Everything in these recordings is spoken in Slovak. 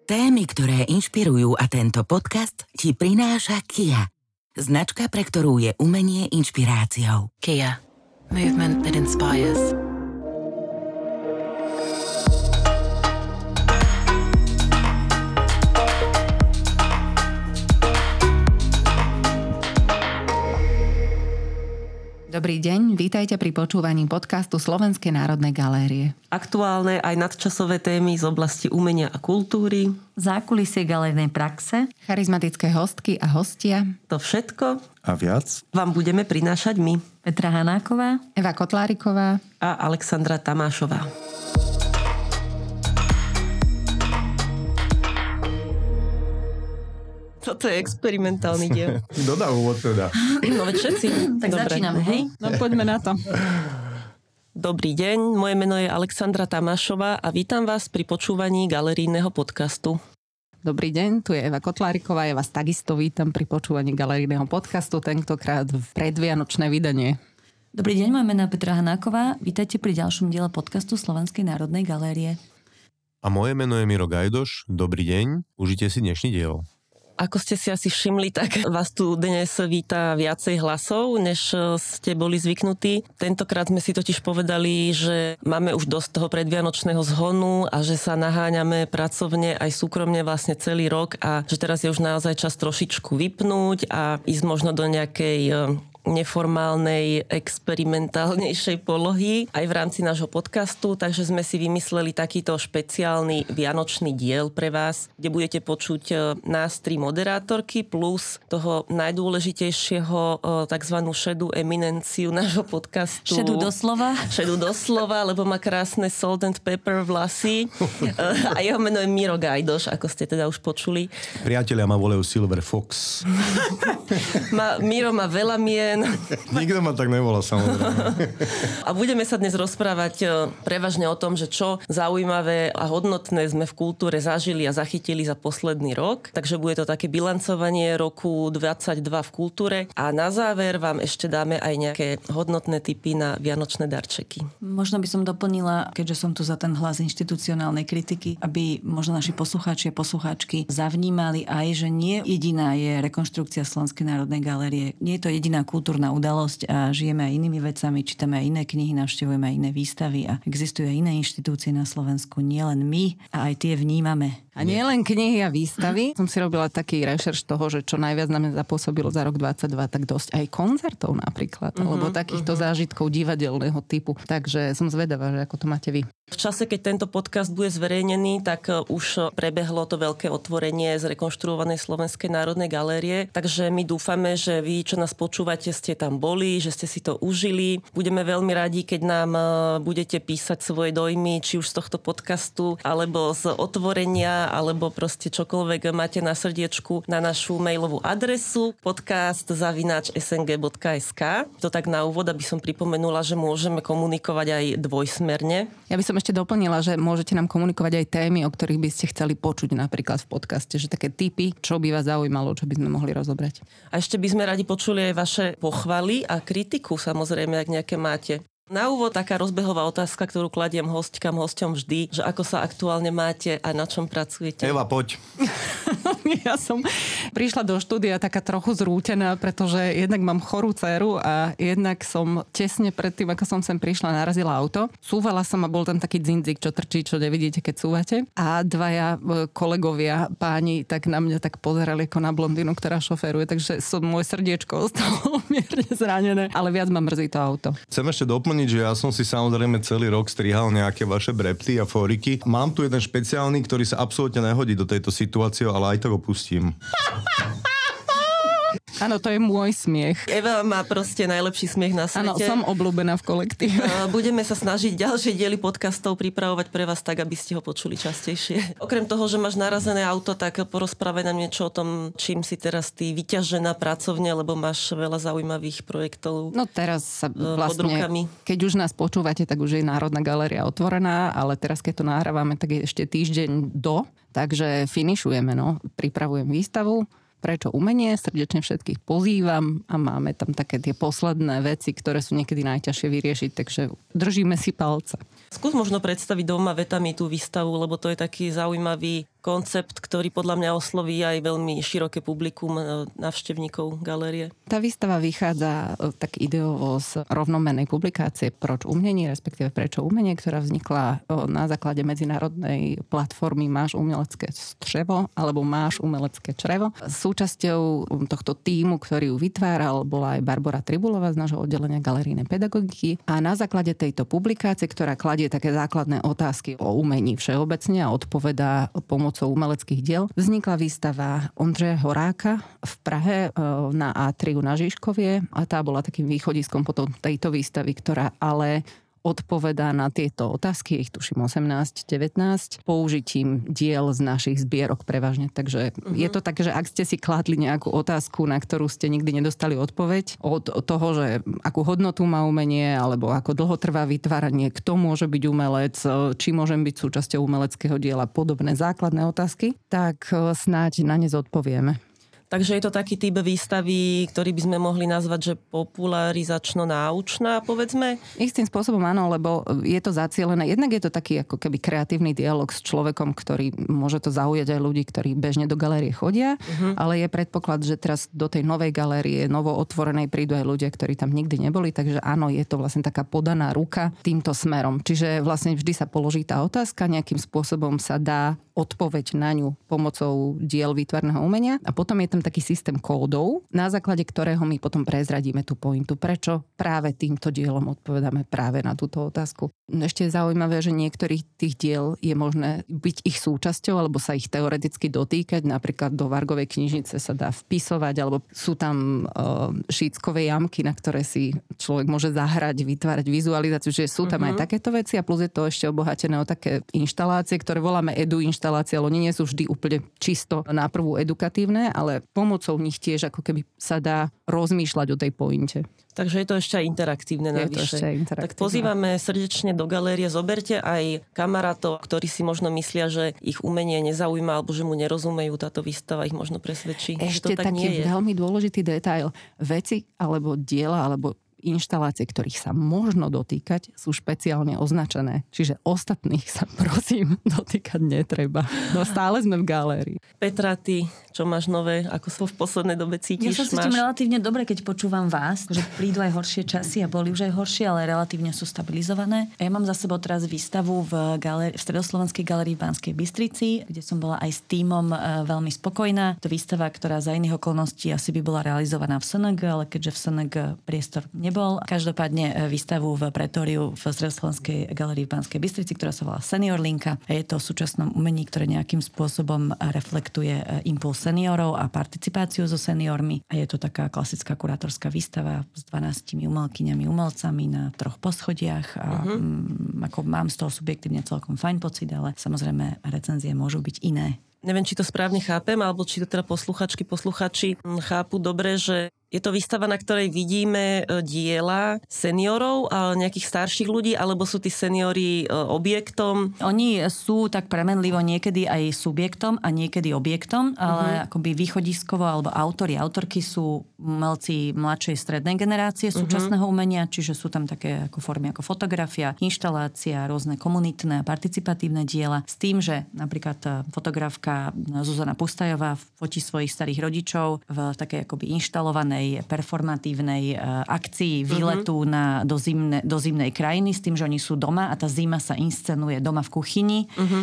Témy, ktoré inšpirujú a tento podcast ti prináša Kia. Značka, pre ktorú je umenie inšpiráciou. Kia. Movement that inspires. Dobrý deň, vítajte pri počúvaní podcastu Slovenskej národnej galérie. Aktuálne aj nadčasové témy z oblasti umenia a kultúry. Zákulisie galérnej praxe. Charizmatické hostky a hostia. To všetko a viac vám budeme prinášať my. Petra Hanáková. Eva Kotláriková. A Alexandra Tamášová. Toto je experimentálny diel. Dodá úvod teda. No veď všetci. Tak dobre. Začíname, hej? No poďme na to. Dobrý deň, moje meno je Alexandra Tamášová a vítam vás pri počúvaní galerijného podcastu. Dobrý deň, tu je Eva Kotláriková, ja vás takisto vítam pri počúvaní galerijného podcastu, tentokrát v predvianočné vydanie. Dobrý deň, moje meno je Petra Hanáková, vítajte pri ďalšom diele podcastu Slovenskej národnej galérie. A moje meno je Miro Gajdoš, dobrý deň, užite si dnešný diel. Ako ste si asi všimli, tak vás tu dnes víta viacej hlasov, než ste boli zvyknutí. Tentokrát sme si totiž povedali, že máme už dosť toho predvianočného zhonu a že sa naháňame pracovne aj súkromne vlastne celý rok a že teraz je už naozaj čas trošičku vypnúť a ísť možno do nejakej neformálnej, experimentálnejšej polohy aj v rámci nášho podcastu, takže sme si vymysleli takýto špeciálny vianočný diel pre vás, kde budete počuť nás tri moderátorky plus toho najdôležitejšieho takzvanú šedú eminenciu nášho podcastu. Šedú doslova? Šedú doslova, lebo má krásne salt and pepper vlasy a jeho meno je Miro Gajdoš, ako ste teda už počuli. Priatelia ma volajú Silver Fox. Miro má veľa mien. Nikto ma tak nevolá, samozrejme. A budeme sa dnes rozprávať prevažne o tom, že čo zaujímavé a hodnotné sme v kultúre zažili a zachytili za posledný rok. Takže bude to také bilancovanie roku 22 v kultúre. A na záver vám ešte dáme aj nejaké hodnotné tipy na vianočné darčeky. Možno by som doplnila, keďže som tu za ten hlas inštitucionálnej kritiky, aby možno naši poslucháči a poslucháčky zavnímali aj, že nie jediná je rekonštrukcia Slovenskej národnej galérie. Nie je to jediná kultúrna udalosť a žijeme aj inými vecami, čítame aj iné knihy, navštevujeme aj iné výstavy a existujú aj iné inštitúcie na Slovensku, nielen my a aj tie vnímame. A nie len knihy a výstavy. Som si robila taký rešerš toho, že čo najviac na mňa zapôsobilo za rok 22, tak dosť aj koncertov napríklad, alebo takýchto zážitkov divadelného typu. Takže som zvedavá, že ako to máte vy. V čase, keď tento podcast bude zverejnený, tak už prebehlo to veľké otvorenie z rekonštruovanej Slovenskej národnej galérie, takže my dúfame, že vy, čo nás počúvate, ste tam boli, že ste si to užili. Budeme veľmi radi, keď nám budete písať svoje dojmy, či už z tohto podcastu, alebo z otvorenia, alebo proste čokoľvek máte na srdiečku na našu mailovú adresu podcast@sng.sk. To tak na úvod, aby som pripomenula, že môžeme komunikovať aj dvojsmerne. Ja by som ešte doplnila, že môžete nám komunikovať aj témy, o ktorých by ste chceli počuť napríklad v podcaste, že také tipy, čo by vás zaujímalo, čo by sme mohli rozobrať. A ešte by sme radi počuli aj vaše pochvaly a kritiku, samozrejme, ak nejaké máte. Na úvod taká rozbehová otázka, ktorú kladiem hosťom vždy, že ako sa aktuálne máte a na čom pracujete. Eva, poď. Ja som prišla do štúdia taká trochu zrútená, pretože jednak mám chorú dceru a jednak som tesne predtým, ako som sem prišla, narazila auto. Súvala som a bol tam taký dzindzik, čo trčí, čo nevidíte, keď súvate. A dvaja kolegovia, páni, tak na mňa tak pozerali ako na blondínu, ktorá šoféruje, takže moje srdiečko ostalo mierne zranené, ale viac ma mrzí to auto. Chcem ešte doplniť, že ja som si samozrejme celý rok strihal nejaké vaše brepty a fóriky. Mám tu jeden špeciálny, ktorý sa absolútne nehodí do tejto situácie, ale aj tak ho pustím. Áno, to je môj smiech. Eva má proste najlepší smiech na svete. Áno, som obľúbená v kolektíve. Budeme sa snažiť ďalšie diely podcastov pripravovať pre vás tak, aby ste ho počuli častejšie. Okrem toho, že máš narazené auto, tak porozprávaj nám niečo o tom, čím si teraz ty vyťažená pracovne, lebo máš veľa zaujímavých projektov. No teraz sa vlastne, rukami. keď už nás počúvate, tak už je Národná galéria otvorená, ale teraz, keď to nahrávame, tak je ešte týždeň takže finišujeme, pripravujem výstavu. Prečo umenie? Srdečne všetkých pozývam a máme tam také tie posledné veci, ktoré sú niekedy najťažšie vyriešiť, takže držíme si palce. Skús možno predstaviť dvoma vetami tú výstavu, lebo to je taký zaujímavý koncept, ktorý podľa mňa osloví aj veľmi široké publikum návštevníkov galérie. Tá výstava vychádza tak ideovo z rovnomennej publikácie Proč umenie, respektíve Prečo umenie, ktorá vznikla na základe medzinárodnej platformy Máš umelecké střevo alebo Máš umelecké črevo. Súčasťou tohto tímu, ktorý ju vytváral, bola aj Barbora Tribulová z nášho oddelenia galerijnej pedagogiky a na základe tejto publikácie, ktorá kladie také základné otázky o umení všeobecne a odpovedá pomocou umeleckých diel, vznikla výstava Ondřeje Horáka v Prahe na Atriu na Žižkovie a tá bola takým východiskom potom tejto výstavy, ktorá ale odpovedá na tieto otázky, ich tuším 18-19, použitím diel z našich zbierok prevažne. Takže je to tak, že ak ste si kládli nejakú otázku, na ktorú ste nikdy nedostali odpoveď, od toho, že akú hodnotu má umenie, alebo ako dlho trvá vytváranie, kto môže byť umelec, či môžem byť súčasťou umeleckého diela, podobné základné otázky, tak snáď na ne zodpovieme. Takže je to taký typ výstavy, ktorý by sme mohli nazvať, že popularizačno-náučná, povedzme? Istým spôsobom áno, lebo je to zacielené. Jednak je to taký ako keby kreatívny dialog s človekom, ktorý môže to zaujať aj ľudí, ktorí bežne do galérie chodia, ale je predpoklad, že teraz do tej novej galérie, novo otvorenej, prídu aj ľudia, ktorí tam nikdy neboli, takže áno, je to vlastne taká podaná ruka týmto smerom. Čiže vlastne vždy sa položí tá otázka, nejakým spôsobom sa dá odpoveď na ňu pomocou diel výtvarného umenia a potom je tam taký systém kódov, na základe ktorého my potom prezradíme tú pointu, prečo práve týmto dielom odpovedáme práve na túto otázku. Ešte je zaujímavé, že niektorých tých diel je možné byť ich súčasťou alebo sa ich teoreticky dotýkať, napríklad do Vargovej knižnice sa dá vpisovať, alebo sú tam šíckové jamky, na ktoré si človek môže zahrať, vytvárať vizualizáciu, že sú tam aj takéto veci a plus je to ešte obohatené o také inštalácie, ktoré voláme edu inštalácie, ale oni nie sú vždy úplne čisto na prvú edukatívne, ale pomocou nich tiež ako keby sa dá rozmýšľať o tej pointe. Takže je to ešte aj interaktívne navyše. Tak pozývame srdečne do galérie. Zoberte aj kamarátov, ktorí si možno myslia, že ich umenie nezaujíma alebo že mu nerozumejú. Táto výstava ich možno presvedčí. Ešte že to tak taký nie je. veľmi dôležitý detail. Veci alebo diela alebo inštalácie, ktorých sa možno dotýkať, sú špeciálne označené. Čiže ostatných sa prosím dotýkať netreba. No stále sme v galérii. Petra, ty, čo máš nové? Ako sa v poslednej dobe cítiš? Ja sa cítim relatívne dobre, keď počúvam vás, že prídu aj horšie časy a boli už aj horšie, ale relatívne sú stabilizované. A ja mám za sebou teraz výstavu v Stredoslovenskej galérii v Banskej Bystrici, kde som bola aj s tímom veľmi spokojná. To výstava, ktorá za iných okolností asi by bola realizovaná v SNG, ale keďže v SNG priestor nebol. Každopádne výstavu v Pretóriu v Stredoslovenskej galérii v Banskej Bystrici, ktorá sa volá Senior Linka. A je to o súčasnom umení, ktoré nejakým spôsobom reflektuje impuls seniorov a participáciu so seniormi. A je to taká klasická kurátorská výstava s 12 umelkyňami, umelcami na 3 poschodiach. A ako mám z toho subjektívne celkom fajn pocit, ale samozrejme recenzie môžu byť iné. Neviem, či to správne chápem, alebo či to teda posluchači chápu dobre, že je to výstava, na ktorej vidíme diela seniorov a nejakých starších ľudí, alebo sú tí seniori objektom? Oni sú tak premenlivo niekedy aj subjektom a niekedy objektom, ale akoby východiskovo alebo autorky sú umelci mladšej strednej generácie súčasného umenia, čiže sú tam také ako formy ako fotografia, inštalácia, rôzne komunitné a participatívne diela. S tým, že napríklad fotografka Zuzana Pustajová fotí svojich starých rodičov v takej akoby inštalovanej performatívnej akcii výletu do zimnej krajiny s tým, že oni sú doma a tá zima sa inscenuje doma v kuchyni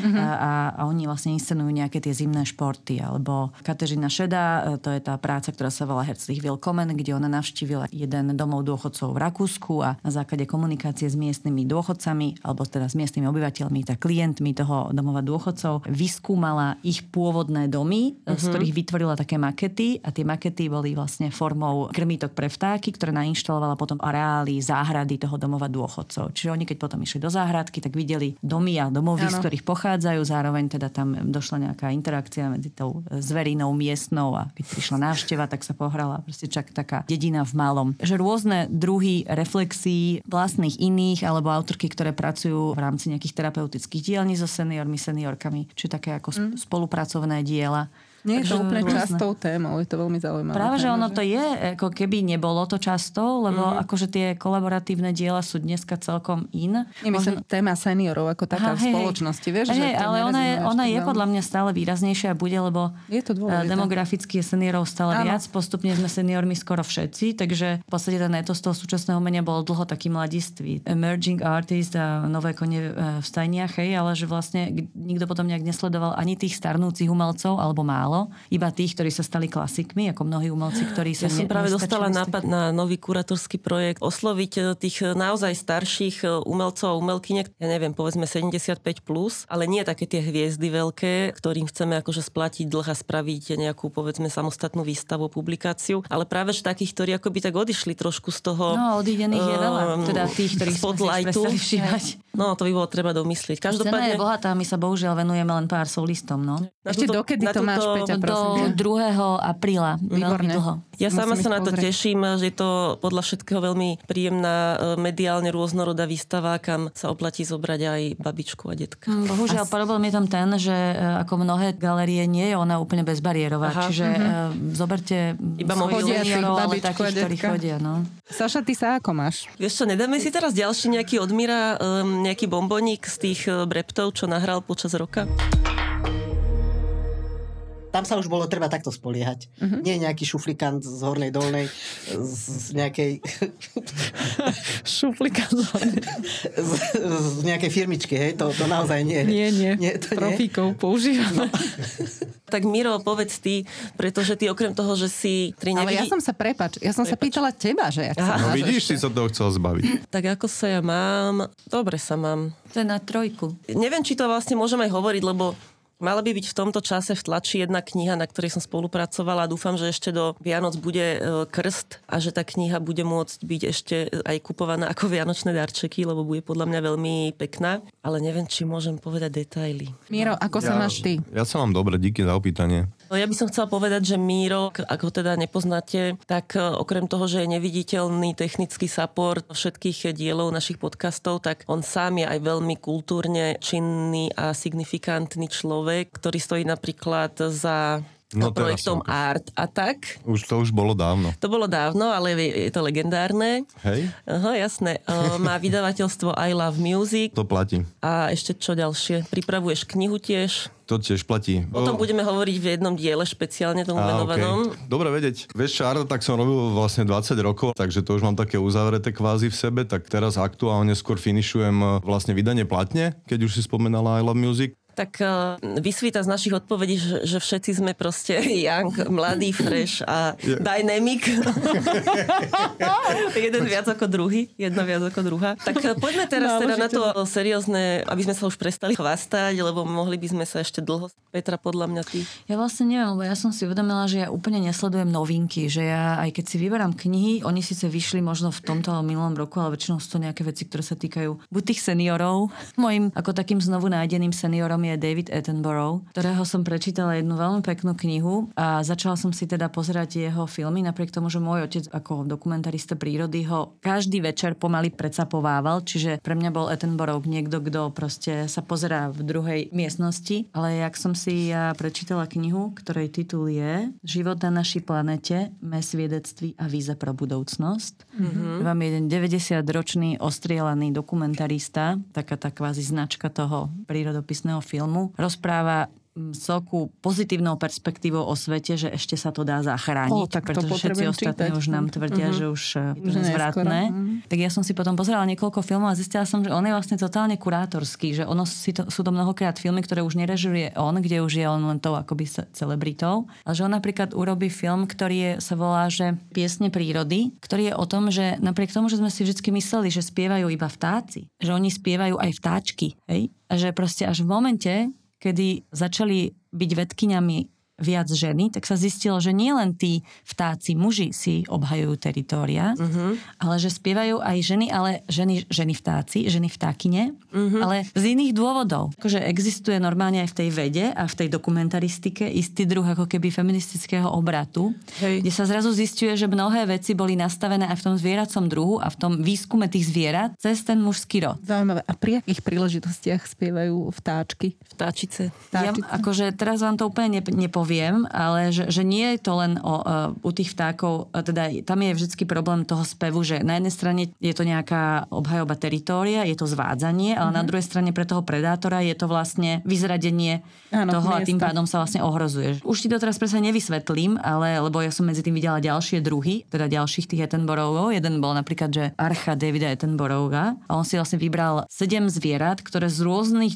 a oni vlastne inscenujú nejaké tie zimné športy. Alebo Kateřina Šedá, to je tá práca, ktorá sa volá Herzlich Willkommen, kde ona navštívila jeden domov dôchodcov v Rakúsku a na základe komunikácie s miestnymi dôchodcami alebo teda s miestnymi obyvateľmi, tak klientmi toho domova dôchodcov, vyskúmala ich pôvodné domy, z ktorých vytvorila také makety a tie makety boli vlastne formou krmítok pre vtáky, ktoré nainštalovala potom areály záhrady toho domova dôchodcov. Čiže oni keď potom išli do záhradky, tak videli domy a domovy, z ktorých pochádzajú, zároveň teda tam došla nejaká interakcia medzi tou zverinou miestnou a keď prišla návšteva, tak sa pohrala proste taká dedina v malom. Že rôzne druhy reflexií vlastných iných alebo autorky, ktoré pracujú v rámci nejakých terapeutických dielní so seniormi, seniorkami, či také ako spolupracovné diela. Nie je to Takže úplne rôzne. častou témou, je to veľmi zaujímavé. Práve, že ono to je, ako keby nebolo to často, lebo akože tie kolaboratívne diela sú dneska celkom in. Nemyslím, téma seniorov ako taká v spoločnosti, vieš? Hej, že to ale ona je nerezonuje až tak podľa mňa stále výraznejšia a bude, lebo Je to dôležité. demograficky je seniorov stále Áno. viac, postupne sme seniormi skoro všetci, takže v podstate ten etos toho súčasného umenia bol dlho taký mladistvý. Emerging artist a nové kone v stajniach, hej, ale že vlastne nikto potom nejak nesledoval ani tých starnúcich umelcov, alebo málo, iba tých, ktorí sa stali klasikmi, ako mnohí umelci, ktorí sa Ja som práve dostala nestačili nápad na nový kurátorský projekt osloviť tých naozaj starších umelcov a umelkyniek, ja neviem, povedzme 75+, ale nie také tie hviezdy veľké, ktorým chceme akože splatiť dlh a spraviť nejakú, povedzme, samostatnú výstavu, publikáciu, ale práve že takých, ktorí akoby tak odišli trošku z toho No, odídených je veľa. Teda tých, ktorých sme si spotlightu. prestali všímať. No, to by bolo treba domyslieť. Scéna je Každopádne bohatá, my sa bohužiaľ venujeme len pár solistom, no. Ešte dokedy to máš, Peťa, Do prosím ťa? 2. apríla. Veľmi Výborne. dlho. Ja sama Musím sa ich na to pozrieť. teším, že je to podľa všetkého veľmi príjemná mediálne rôznorodá výstava, kam sa oplatí zobrať aj babičku a detka. Bohužiaľ, problém je tam ten, že ako mnohé galérie nie je ona úplne bezbariérová. Aha. Čiže zoberte Iba svojich mobilných seniorov, ale babičku a takých, ktorí detka. chodia. No. Saša, ty sa ako máš? Vieš čo, nedáme si teraz ďalší nejaký od Mira, nejaký bomboník z tých breptov, čo nahral počas roka? Tam sa už bolo treba takto spoliehať. Nie nejaký šuflikant z hornej dolnej, z nejakej Šuflika z nejakej firmičky, hej, to naozaj nie. Nie. to nie. Profíkov používame. Tak Miro, povedz ty, pretože ty okrem toho, že si Ale ja som sa pýtala teba, že jak sa No máš vidíš, si ešte. sa toho chcel zbaviť. Tak ako sa ja mám? Dobre sa mám. To je na 3. Neviem, či to vlastne môžem aj hovoriť, lebo mala by byť v tomto čase v tlači jedna kniha, na ktorej som spolupracovala a dúfam, že ešte do Vianoc bude krst a že tá kniha bude môcť byť ešte aj kupovaná ako vianočné darčeky, lebo bude podľa mňa veľmi pekná. Ale neviem, či môžem povedať detaily. Miro, ako sa máš ty? Ja sa mám dobre, díky za opýtanie. No, ja by som chcela povedať, že Míro, ak ho teda nepoznáte, tak okrem toho, že je neviditeľný technický support všetkých dielov našich podcastov, tak on sám je aj veľmi kultúrne činný a signifikantný človek, ktorý stojí napríklad za projektom Art a tak. To už bolo dávno. To bolo dávno, ale je to legendárne. Hej? Aha, jasné. Má vydavateľstvo I Love Music. To platí. A ešte čo ďalšie? Pripravuješ knihu tiež? To tiež platí. O tom budeme hovoriť v jednom diele špeciálne tomu venovanom. Okay. Dobre vedieť. Vieš čo, Arta, tak som robil vlastne 20 rokov, takže to už mám také uzavreté kvázi v sebe, tak teraz aktuálne skôr finišujem vlastne vydanie platne, keď už si spomenala I Love Music. Tak vysvíta z našich odpovedí, že všetci sme proste young, mladý, fresh a dynamic. Jeden viac ako druhý, jedna viac ako druhá. Tak poďme teraz teda na to seriózne, aby sme sa už prestali chvastať, lebo mohli by sme sa ešte dlho. Petra, podľa mňa ty. Ja vlastne neviem, lebo ja som si uvedomila, že ja úplne nesledujem novinky, že ja aj keď si vyberám knihy, oni síce vyšli možno v tomto minulom roku, ale väčšinou sú to nejaké veci, ktoré sa týkajú buď tých seniorov. Mojím ako takým znovu nájdeným seniorom je David Attenborough, ktorého som prečítala jednu veľmi peknú knihu a začala som si teda pozerať jeho filmy, napriek tomu, že môj otec ako dokumentarista prírody ho každý večer pomaly predsapovával, čiže pre mňa bol Attenborough niekto, kto proste sa pozerá v druhej miestnosti, ale jak som si ja prečítala knihu, ktorej titul je Život na našej planete, mes viedectví a víza pro budúcnosť. Vám je jeden 90-ročný ostrielaný dokumentarista, taká tá kvázi značka toho prírodopisného filmu, rozpráva celku pozitívnou perspektívou o svete, že ešte sa to dá zachrániť, tak to pretože všetci ostatní čítať. už nám tvrdia, že už je to Že nezvratné. Tak ja som si potom pozerala niekoľko filmov a zistila som, že on je vlastne totálne kurátorský, že ono sú to mnohokrát filmy, ktoré už nerežiruje on, kde už je on len tou akoby celebritou, ale že on napríklad urobí film, ktorý sa volá, že Piesne prírody, ktorý je o tom, že napriek tomu, že sme si vždy mysleli, že spievajú iba vtáci, že oni spievajú aj vtáčky, hej? A že proste až v momente, kedy začali byť vedkyňami viac ženy, tak sa zistilo, že nie len tí vtáci, muži si obhajujú teritória, ale že spievajú aj ženy, ale ženy vtáci, ženy vtákyne, ale z iných dôvodov. Akože existuje normálne aj v tej vede a v tej dokumentaristike istý druh ako keby feministického obratu, kde sa zrazu zisťuje, že mnohé veci boli nastavené aj v tom zvieracom druhu a v tom výskume tých zvierat cez ten mužský rod. Zaujímavé. A pri akých príležitostiach spievajú vtáčky? Vtáčice. Ja, akože teraz vám to úplne nepoviem, poviem, ale že nie je to len u tých vtákov, teda tam je vždycky problém toho spevu, že na jednej strane je to nejaká obhajoba teritória, je to zvádzanie, ale na druhej strane pre toho predátora je to vlastne vyzradenie toho miesta. A tým pádom sa vlastne ohrozuje. Už ti to teraz presne nevysvetlím, lebo ja som medzi tým videla ďalšie druhy, teda ďalších tých Attenboroughov. Jeden bol napríklad, že archa Davida Attenborough'a a on si vlastne vybral 7 zvierat, ktoré z rôznych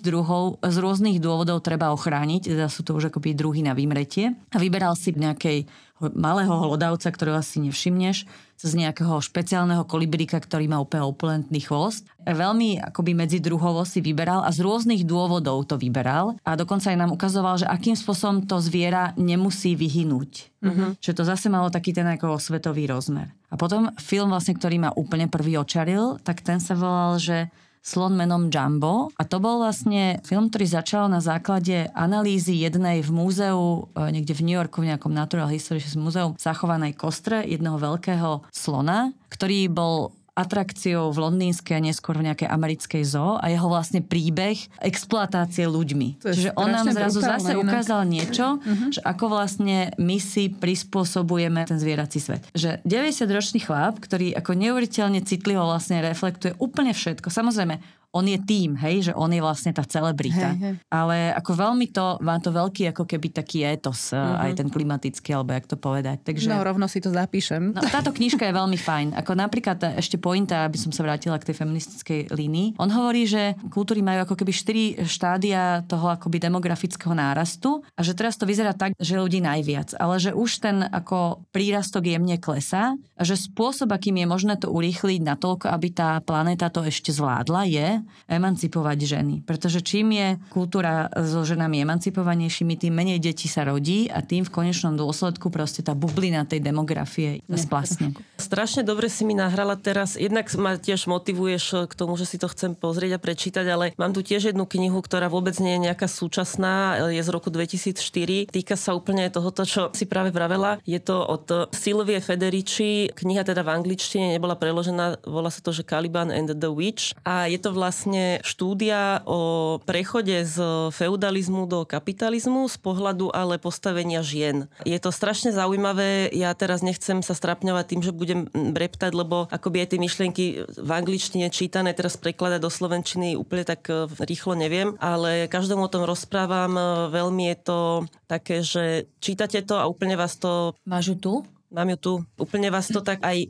dôvodov treba ochrániť, teda sú to už akoby druhy na vymretie. A vyberal si nejakej malého hlodavca, ktorého asi nevšimneš, z nejakého špeciálneho kolibríka, ktorý má úplne opulentný chvost. Veľmi akoby medzidruhovo si vyberal a z rôznych dôvodov to vyberal a dokonca aj nám ukazoval, že akým spôsobom to zviera nemusí vyhynúť. Čiže to zase malo taký ten ako svetový rozmer. A potom film vlastne, ktorý ma úplne prvý očaril, tak ten sa volal, že Slon menom Jumbo. A to bol vlastne film, ktorý začal na základe analýzy jednej v múzeu, niekde v New Yorku, v nejakom Natural History Museum, zachovanej kostre jedného veľkého slona, ktorý bol atrakciou v londýnskej a neskôr v nejakej americkej zoo a jeho vlastne príbeh exploatácie ľuďmi. Čiže on nám zrazu zase ukázal niečo, že ako vlastne my si prispôsobujeme ten zvierací svet. Že 90-ročný chlap, ktorý ako neuveriteľne citlivo vlastne reflektuje úplne všetko. Samozrejme, on je tým, hej, že on je vlastne tá celebrita. Hej. Ale ako veľmi má to veľký ako keby taký étos, aj ten klimatický, alebo jak to povedať. Takže, no rovno si to zapíšem. No, táto knižka je veľmi fajn. Ako napríklad ešte pointa, aby som sa vrátila k tej feministickej línii. On hovorí, že kultúry majú ako keby 4 štádia toho akoby demografického nárastu a že teraz to vyzerá tak, že ľudí najviac. Ale že už ten ako prírastok jemne klesá a že spôsob, akým je možné to urýchliť natoľko, aby tá planéta to ešte zvládla, je emancipovať ženy. Pretože čím je kultúra so ženami emancipovanejšími, tým menej detí sa rodí a tým v konečnom dôsledku proste tá bublina tej demografie splasne. Strašne dobre si mi nahrala teraz. Jednak ma tiež motivuješ k tomu, že si to chcem pozrieť a prečítať, ale mám tu tiež jednu knihu, ktorá vôbec nie je nejaká súčasná, je z roku 2004. Týka sa úplne tohoto, čo si práve vravela. Je to od Sylvie Federici. Kniha teda v angličtine nebola preložená, volá sa to, že Caliban and the Witch. A je to vlastne štúdia o prechode z feudalizmu do kapitalizmu z pohľadu ale postavenia žien. Je to strašne zaujímavé. Ja teraz nechcem sa strapňovať tým, že budem breptať, lebo akoby aj tie myšlienky v angličtine čítané teraz prekladať do slovenčiny úplne tak rýchlo neviem, ale každému o tom rozprávam. Veľmi je to také, že čítate to a úplne vás to... Máš ju tu? Mám ju tu. Úplne vás to tak aj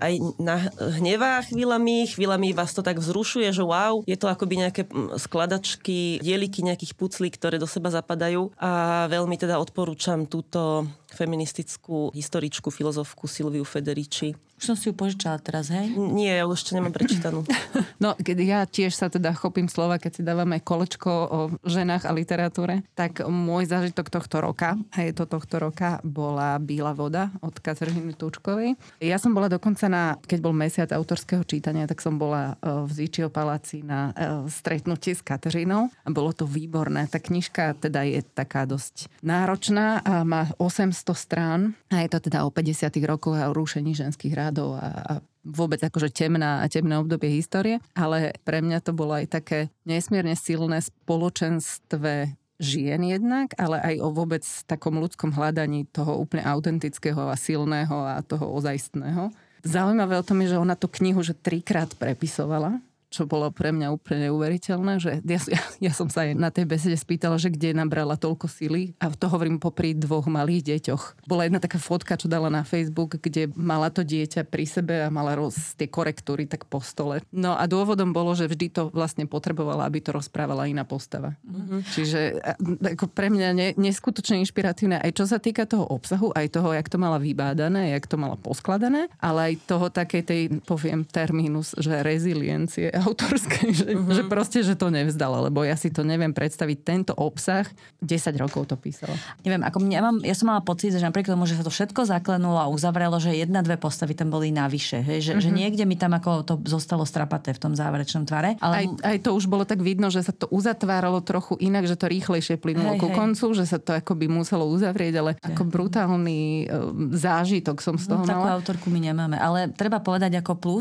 hnevá chvíľami vás to tak vzrušuje, že wow, je to akoby nejaké skladačky, dieliky nejakých puclík, ktoré do seba zapadajú a veľmi teda odporúčam túto feministickú historičku, filozofku Silviu Federici. Už som si ju požičala teraz, hej? Nie, ja už ešte nemám prečítanú. No, keď ja tiež sa teda chopím slova, keď si dávame kolečko o ženách a literatúre, tak môj zážitok tohto roka, a je to tohto roka, bola Bíla voda od Kateřiny Tučkovej. Ja som bola dokonca keď bol mesiac autorského čítania, tak som bola v Zíčio paláci na stretnutí s Kateřinou a bolo to výborné. Tá knižka teda je taká dosť náročná a má 800 strán a je to teda o 50. rokoch a o rúšení ženských rádov a vôbec akože temné obdobie histórie, ale pre mňa to bolo aj také nesmierne silné spoločenstve žien jednak, ale aj o vôbec takom ľudskom hľadaní toho úplne autentického a silného a toho ozajstného. Zaujímavé o tom je, že ona tú knihu že 3-krát prepisovala, čo bolo pre mňa úplne neuveriteľné, že ja som sa aj na tej besede spýtala, že kde nabrala toľko sily a to hovorím popri 2 malých deťoch. Bola jedna taká fotka, čo dala na Facebook, kde mala to dieťa pri sebe a mala tie korektúry tak po stole. No a dôvodom bolo, že vždy to vlastne potrebovala, aby to rozprávala iná postava. Čiže ako pre mňa neskutočne inšpiratívne aj čo sa týka toho obsahu, aj toho, jak to mala vybádané, jak to mala poskladané, ale aj toho takej tej, poviem termínus, že reziliencie autorskej, že proste, že to nevzdala, lebo ja si to neviem predstaviť. Tento obsah 10 rokov to písala. Neviem, ja som mala pocit, že napriek tomu, že sa to všetko zaklenulo a uzavrelo, že 1-2 postavy tam boli navyše. Že niekde mi tam ako to zostalo strapaté v tom záverečnom tvare. Ale... Aj to už bolo tak vidno, že sa to uzatváralo trochu inak, že to rýchlejšie plynulo ku koncu, že sa to akoby muselo uzavrieť, ale ako brutálny zážitok som z toho mala. Takú autorku my nemáme. Ale treba povedať ako plus,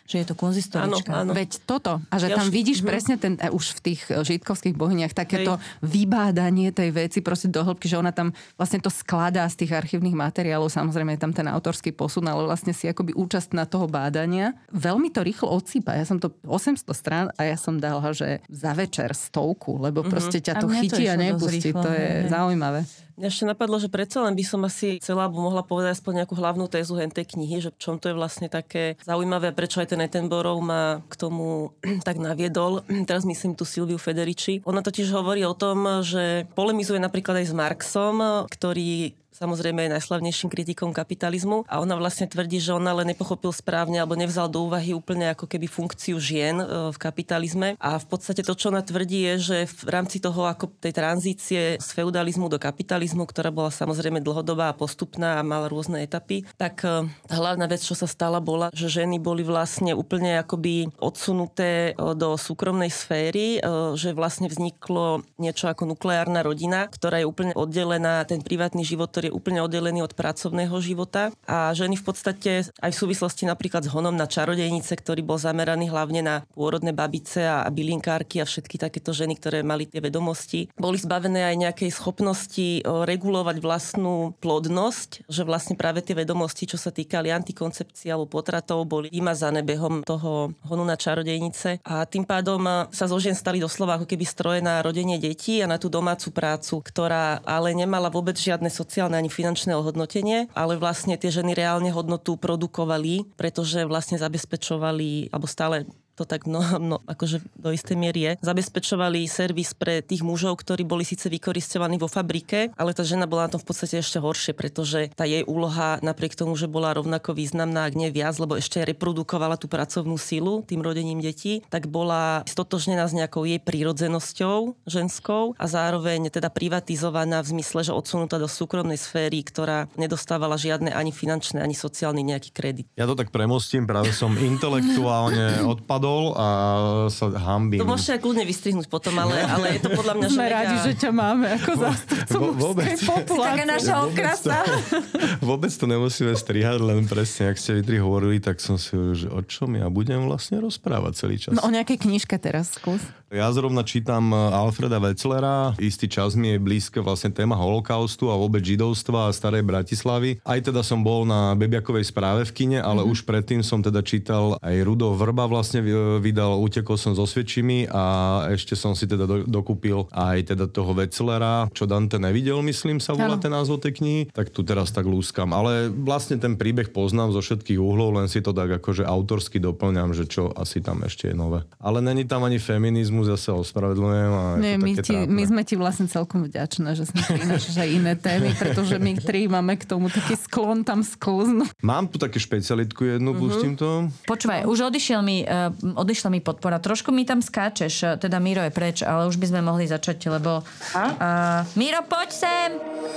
že je to konzistorička. Áno. Veď toto. A že Ja tam už- vidíš presne ten, už v tých žitkovských bohyniach takéto vybádanie tej veci proste do hĺbky, že ona tam vlastne to skladá z tých archívnych materiálov. Samozrejme je tam ten autorský posun, ale vlastne si akoby účastná toho bádania. Veľmi to rýchlo odsýpa. Ja som to 800 strán a ja som dala, že za večer 100, lebo proste ťa to A mňa to chytí a išlo dosť nepustí. rýchlo, To je hej. zaujímavé. Mňa ešte napadlo, že predsa len by som asi chcela mohla povedať aspoň nejakú hlavnú tézu tej knihy, že v čom to je vlastne také zaujímavé a prečo aj ten Attenborough ma k tomu tak naviedol. Teraz myslím tu Silviu Federici. Ona totiž hovorí o tom, že polemizuje napríklad aj s Marxom, ktorý samozrejme je najslavnejším kritikom kapitalizmu a ona vlastne tvrdí, že ona len nepochopil správne alebo nevzal do úvahy úplne ako keby funkciu žien v kapitalizme a v podstate to, čo ona tvrdí je, že v rámci toho ako tej tranzície z feudalizmu do kapitalizmu, ktorá bola samozrejme dlhodobá a postupná a mala rôzne etapy, tak tá hlavná vec, čo sa stala, bola, že ženy boli vlastne úplne akoby odsunuté do súkromnej sféry, že vlastne vzniklo niečo ako nukleárna rodina, ktorá je úplne oddelená, ten privátny život, ktorý je úplne oddelený od pracovného života. A ženy v podstate aj v súvislosti napríklad s honom na čarodejnice, ktorý bol zameraný hlavne na pôrodné babice a bylinkárky a všetky takéto ženy, ktoré mali tie vedomosti, boli zbavené aj nejakej schopnosti regulovať vlastnú plodnosť, že vlastne práve tie vedomosti, čo sa týkali antikoncepcie alebo potratov, boli vymazané behom toho honu na čarodejnice. A tým pádom sa zo žien stali doslova ako keby stroje na rodenie detí a na tú domácu prácu, ktorá ale nemala vôbec žiadne sociálne ani finančné ohodnotenie, ale vlastne tie ženy reálne hodnotu produkovali, pretože vlastne zabezpečovali, alebo stále to tak akože do istej miery je, zabezpečovali servis pre tých mužov, ktorí boli síce vykoristovaní vo fabrike, ale tá žena bola na tom v podstate ešte horšie, pretože tá jej úloha napriek tomu, že bola rovnako významná, ak nie viac, lebo ešte reprodukovala tú pracovnú sílu tým rodením detí, tak bola stotožnená s nejakou jej prírodzenosťou ženskou a zároveň teda privatizovaná v zmysle, že odsunutá do súkromnej sféry, ktorá nedostávala žiadne ani finančné, ani sociálny nejaký kredit. Ja to tak premostím, práve som intelektuálne odpadol a sa hambím. To môžete aj kľudne vystrihnúť potom, ale je to podľa mňa, že Sme radi, že ťa máme ako zástupcu mužskej populácie. Taká naša okrasa. Vôbec to nemusíme strihať, len presne, ak ste vy tri hovorili, tak som si hovoril, že o čom ja budem vlastne rozprávať celý čas. No o nejakej knižke teraz skús. Ja zrovna čítam Alfreda Wetzlera. Istý čas mi je blízka vlastne téma holokaustu a vôbec židovstva a starej Bratislavy. Aj teda som bol na Bebiakovej správe v kine, ale už predtým som teda čítal aj Rudolf Vrba vlastne vydal Utekol som so sviečimi a ešte som si teda dokúpil aj teda toho Wetzlera, čo Dante nevidel, myslím sa volá ten názov tej knihy. Tak tu teraz tak lúskam. Ale vlastne ten príbeh poznám zo všetkých uhlov, len si to tak akože autorsky doplňam, že čo asi tam ešte je nové. Ale není tam ani feminizmus, zase ospravedlňujem. A Nie, je to také my sme ti vlastne celkom vďačné, že sme prinášaš aj iné témy, pretože my tri máme k tomu taký sklon tam sklznúť. Mám tu také špecialitku jednu, pustím to. Počúvaj, už odišla mi podpora. Trošku mi tam skáčeš, teda Miro je preč, ale už by sme mohli začať, lebo... Miro, poď sem!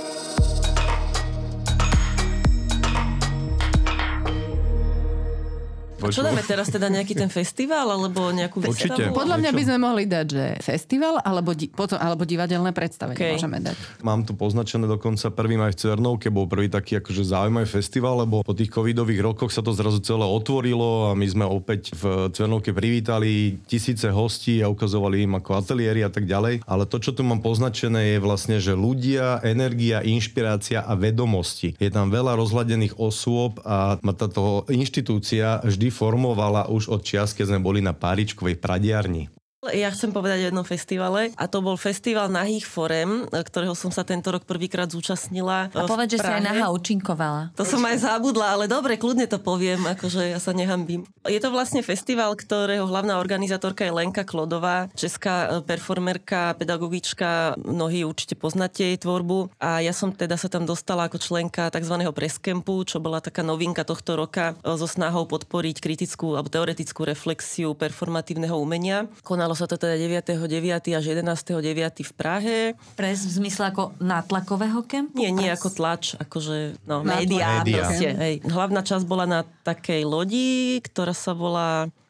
Čo dáme teraz teda nejaký ten festival alebo nejakú Určite. výstavu? Podľa mňa by sme mohli dať, že festival alebo divadelné predstavenie môžeme dať. Mám tu poznačené dokonca prvým aj v Cernovke, bol prvý taký akože zaujímavý festival, lebo po tých covidových rokoch sa to zrazu celé otvorilo a my sme opäť v Cernovke privítali tisíce hostí a ukazovali im ako ateliéry a tak ďalej. Ale to, čo tu mám poznačené, je vlastne, že ľudia, energia, inšpirácia a vedomosti. Je tam veľa rozhľadených osôb a táto inštitúcia vždy formovala už od čias, keď sme boli na Páričkovej pradiarni. Ja chcem povedať o jednom festivale a to bol festival nahých forem, ktorého som sa tento rok prvýkrát zúčastnila. A povedz, že si aj nahá účinkovala. To som aj zabudla, ale dobre, kľudne to poviem, akože ja sa nehambím. Je to vlastne festival, ktorého hlavná organizátorka je Lenka Klodová, česká performerka, pedagogička, mnohí určite poznáte jej tvorbu a ja som teda sa tam dostala ako členka tzv. Preskempu, čo bola taká novinka tohto roka so snahou podporiť kritickú alebo teoretickú reflexiu performatívneho umenia. Konalo sa to teda 9.9. až 11.9. v Prahe. Pres v zmysle ako nátlakového kempu? Nie ako tlač, akože médiá. Média. Proste, hej. Hlavná časť bola na takej lodi, ktorá sa volá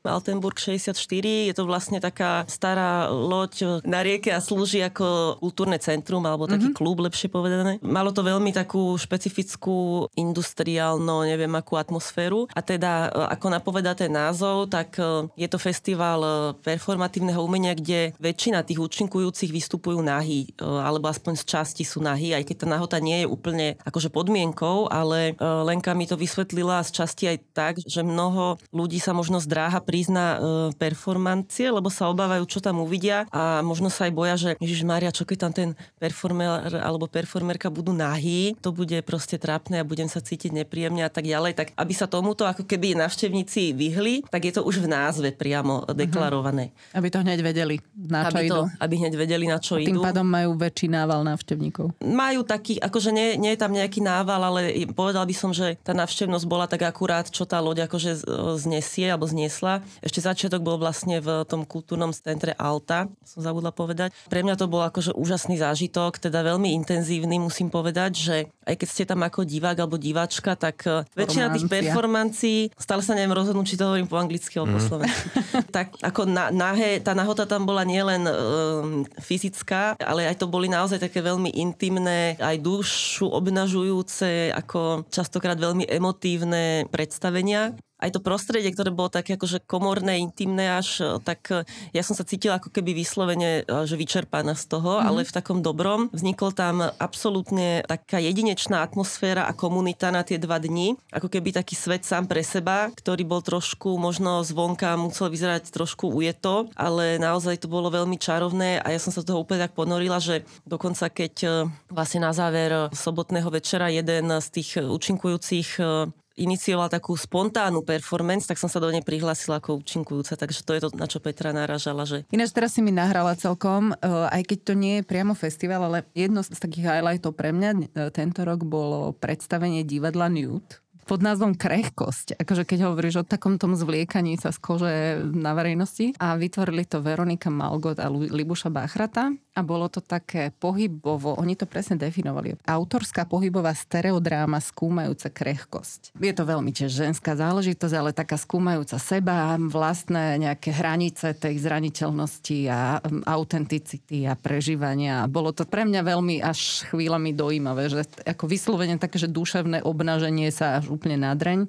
Altenburg 64. Je to vlastne taká stará loď na rieke a slúži ako kultúrne centrum, alebo taký klub, lepšie povedané. Malo to veľmi takú špecifickú industriálno, neviem akú atmosféru. A teda, ako napovedá ten názov, tak je to festival performatívneho umenia, kde väčšina tých účinkujúcich vystupujú nahý, alebo aspoň z časti sú nahý, aj keď tá nahota nie je úplne akože podmienkou, ale Lenka mi to vysvetlila z časti aj tak, že mnoho ľudí sa možno zdráha prísť na performancie, lebo sa obávajú, čo tam uvidia a možno sa aj boja, že Ježišmária, čo keď tam ten performer alebo performerka budú nahý, to bude proste trápne a budem sa cítiť nepríjemne a tak ďalej. Tak aby sa tomuto ako keby návštevníci vyhli, tak je to už v názve priamo deklarované. Aby to hneď vedeli, na čo idú. Aby hneď vedeli, na čo idú. Tým pádom majú väčší nával návštevníkov. Majú taký, akože nie je tam nejaký nával, ale povedal by som, že tá návštevnosť bola tak akurát, čo tá loď akože znesie alebo zniesla. Ešte začiatok bol vlastne v tom kultúrnom centre Alta, som zabudla povedať. Pre mňa to bol akože úžasný zážitok, teda veľmi intenzívny, musím povedať, že aj keď ste tam ako divák alebo diváčka, tak väčšina tých performancií, stále sa neviem rozhodnúť, či to hovorím po anglicky alebo po slovensky. Tak ako tá nahota tam bola nielen fyzická, ale aj to boli naozaj také veľmi intimné, aj dušu obnažujúce, ako častokrát veľmi emotívne predstavenia. Aj to prostredie, ktoré bolo také akože komorné, intimné až, tak ja som sa cítila ako keby vyslovene, že vyčerpaná z toho, ale v takom dobrom. Vznikol tam absolútne taká jedinečná atmosféra a komunita na tie 2 dni. Ako keby taký svet sám pre seba, ktorý bol trošku možno zvonka, musel vyzerať trošku ujeto, ale naozaj to bolo veľmi čarovné a ja som sa toho úplne tak ponorila, že dokonca keď vlastne na záver sobotného večera jeden z tých účinkujúcich iniciovala takú spontánnu performance, tak som sa do nej prihlásila ako účinkujúca, takže to je to, na čo Petra narážala. Že... Ináč teraz si mi nahrala celkom, aj keď to nie je priamo festival, ale jedno z takých highlightov pre mňa tento rok bolo predstavenie divadla Nude pod názvom Krehkosť. Akože keď hovoríš o takom tom zvliekaní sa z kože na verejnosti. A vytvorili to Veronika Malgot a Libuša Bachrata. A bolo to také pohybovo, oni to presne definovali. Autorská pohybová stereodráma skúmajúca krehkosť. Je to veľmi tiež ženská záležitosť, ale taká skúmajúca seba, vlastné nejaké hranice tej zraniteľnosti a autenticity a prežívania. Bolo to pre mňa veľmi až chvíľami dojímavé, že ako vyslovene také, že duševné obnaženie sa až úplne nadreň.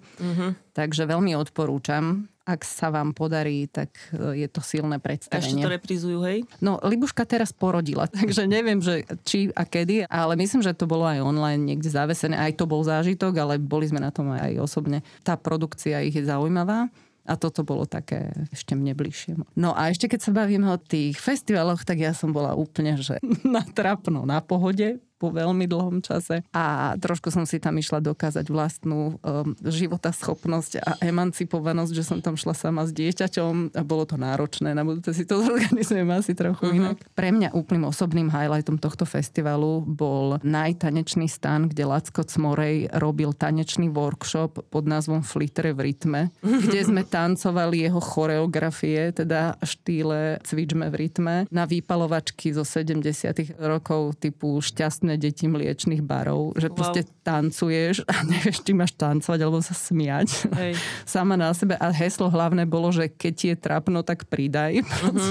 Takže veľmi odporúčam. Ak sa vám podarí, tak je to silné predstavenie. Ešte to reprizujú, hej? No, Libuška teraz porodila, takže neviem, že či a kedy, ale myslím, že to bolo aj online niekde zavesené. Aj to bol zážitok, ale boli sme na tom aj osobne. Tá produkcia ich je zaujímavá. A toto bolo také ešte mne bližšie. No a ešte keď sa bavíme o tých festivaloch, tak ja som bola úplne, že natrapno na pohode po veľmi dlhom čase. A trošku som si tam išla dokázať vlastnú životaschopnosť a emancipovanosť, že som tam šla sama s dieťaťom a bolo to náročné. Na budúce si to zorganizujeme asi trochu inak. Pre mňa úplným osobným highlightom tohto festivalu bol najtanečný stan, kde Lacko Cmorej robil tanečný workshop pod názvom Flitre v rytme, kde sme tancovali jeho choreografie, teda štýle Cvičme v rytme, na výpalovačky zo 70. rokov typu Šťastné deti mliečných barov, že proste tancuješ a nevieš, či máš tancovať alebo sa smiať. Hej. Sama na sebe. A heslo hlavné bolo, že keď ti je trapno, tak pridaj.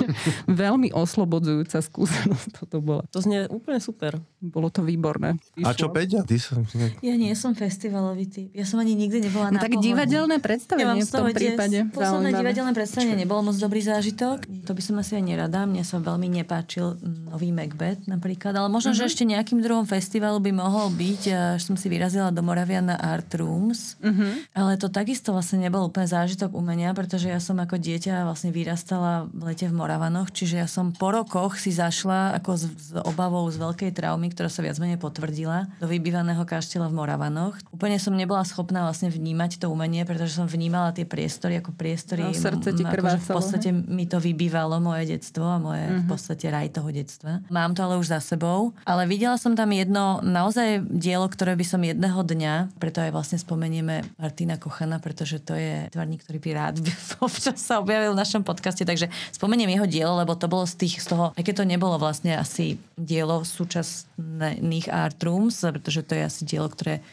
Veľmi oslobodzujúca skúsenosť toto bola. To znie úplne super. Bolo to výborné. A čo, Peťa? Ja nie som festivalový typ. Ja som ani nikdy nebola na tak divadelné predstavenie v tom prípade. Posledné divadelné predstavenie nebolo moc dobrý zážitok. To by som asi aj nerada. Mne sa veľmi nepáčil nový Macbeth napríklad. Ale možno, že ešte nejakým druhom festivalu by mohol byť, až som si vyrazila do Moravia na Art Rooms. Ale to takisto vlastne nebol úplne zážitok umenia, pretože ja som ako dieťa vlastne vyrastala v lete v Moravanoch, čiže ja som po rokoch si zašla ako s obavou z veľkej traumy, ktorá sa viac menej potvrdila, do vybývaného kaštieľa v Moravanoch. Úplne som nebola schopná vlastne vnímať to umenie, pretože som vnímala tie priestory ako priestory. No, srdce ti krvácalo. V podstate mi to vybývalo moje detstvo a moje v podstate raj toho detstva. Mám to ale už za sebou, ale videla som tam jedno naozaj dielo, ktoré by som jedného dňa, preto aj vlastne spomenieme Martina Kochana, pretože to je tvárnik, ktorý by rád občas sa objavil v našom podcaste, takže spomeniem jeho dielo, lebo to bolo z toho, aj keď to nebolo vlastne asi dielo súčasných Art Rooms, pretože to je asi dielo, ktoré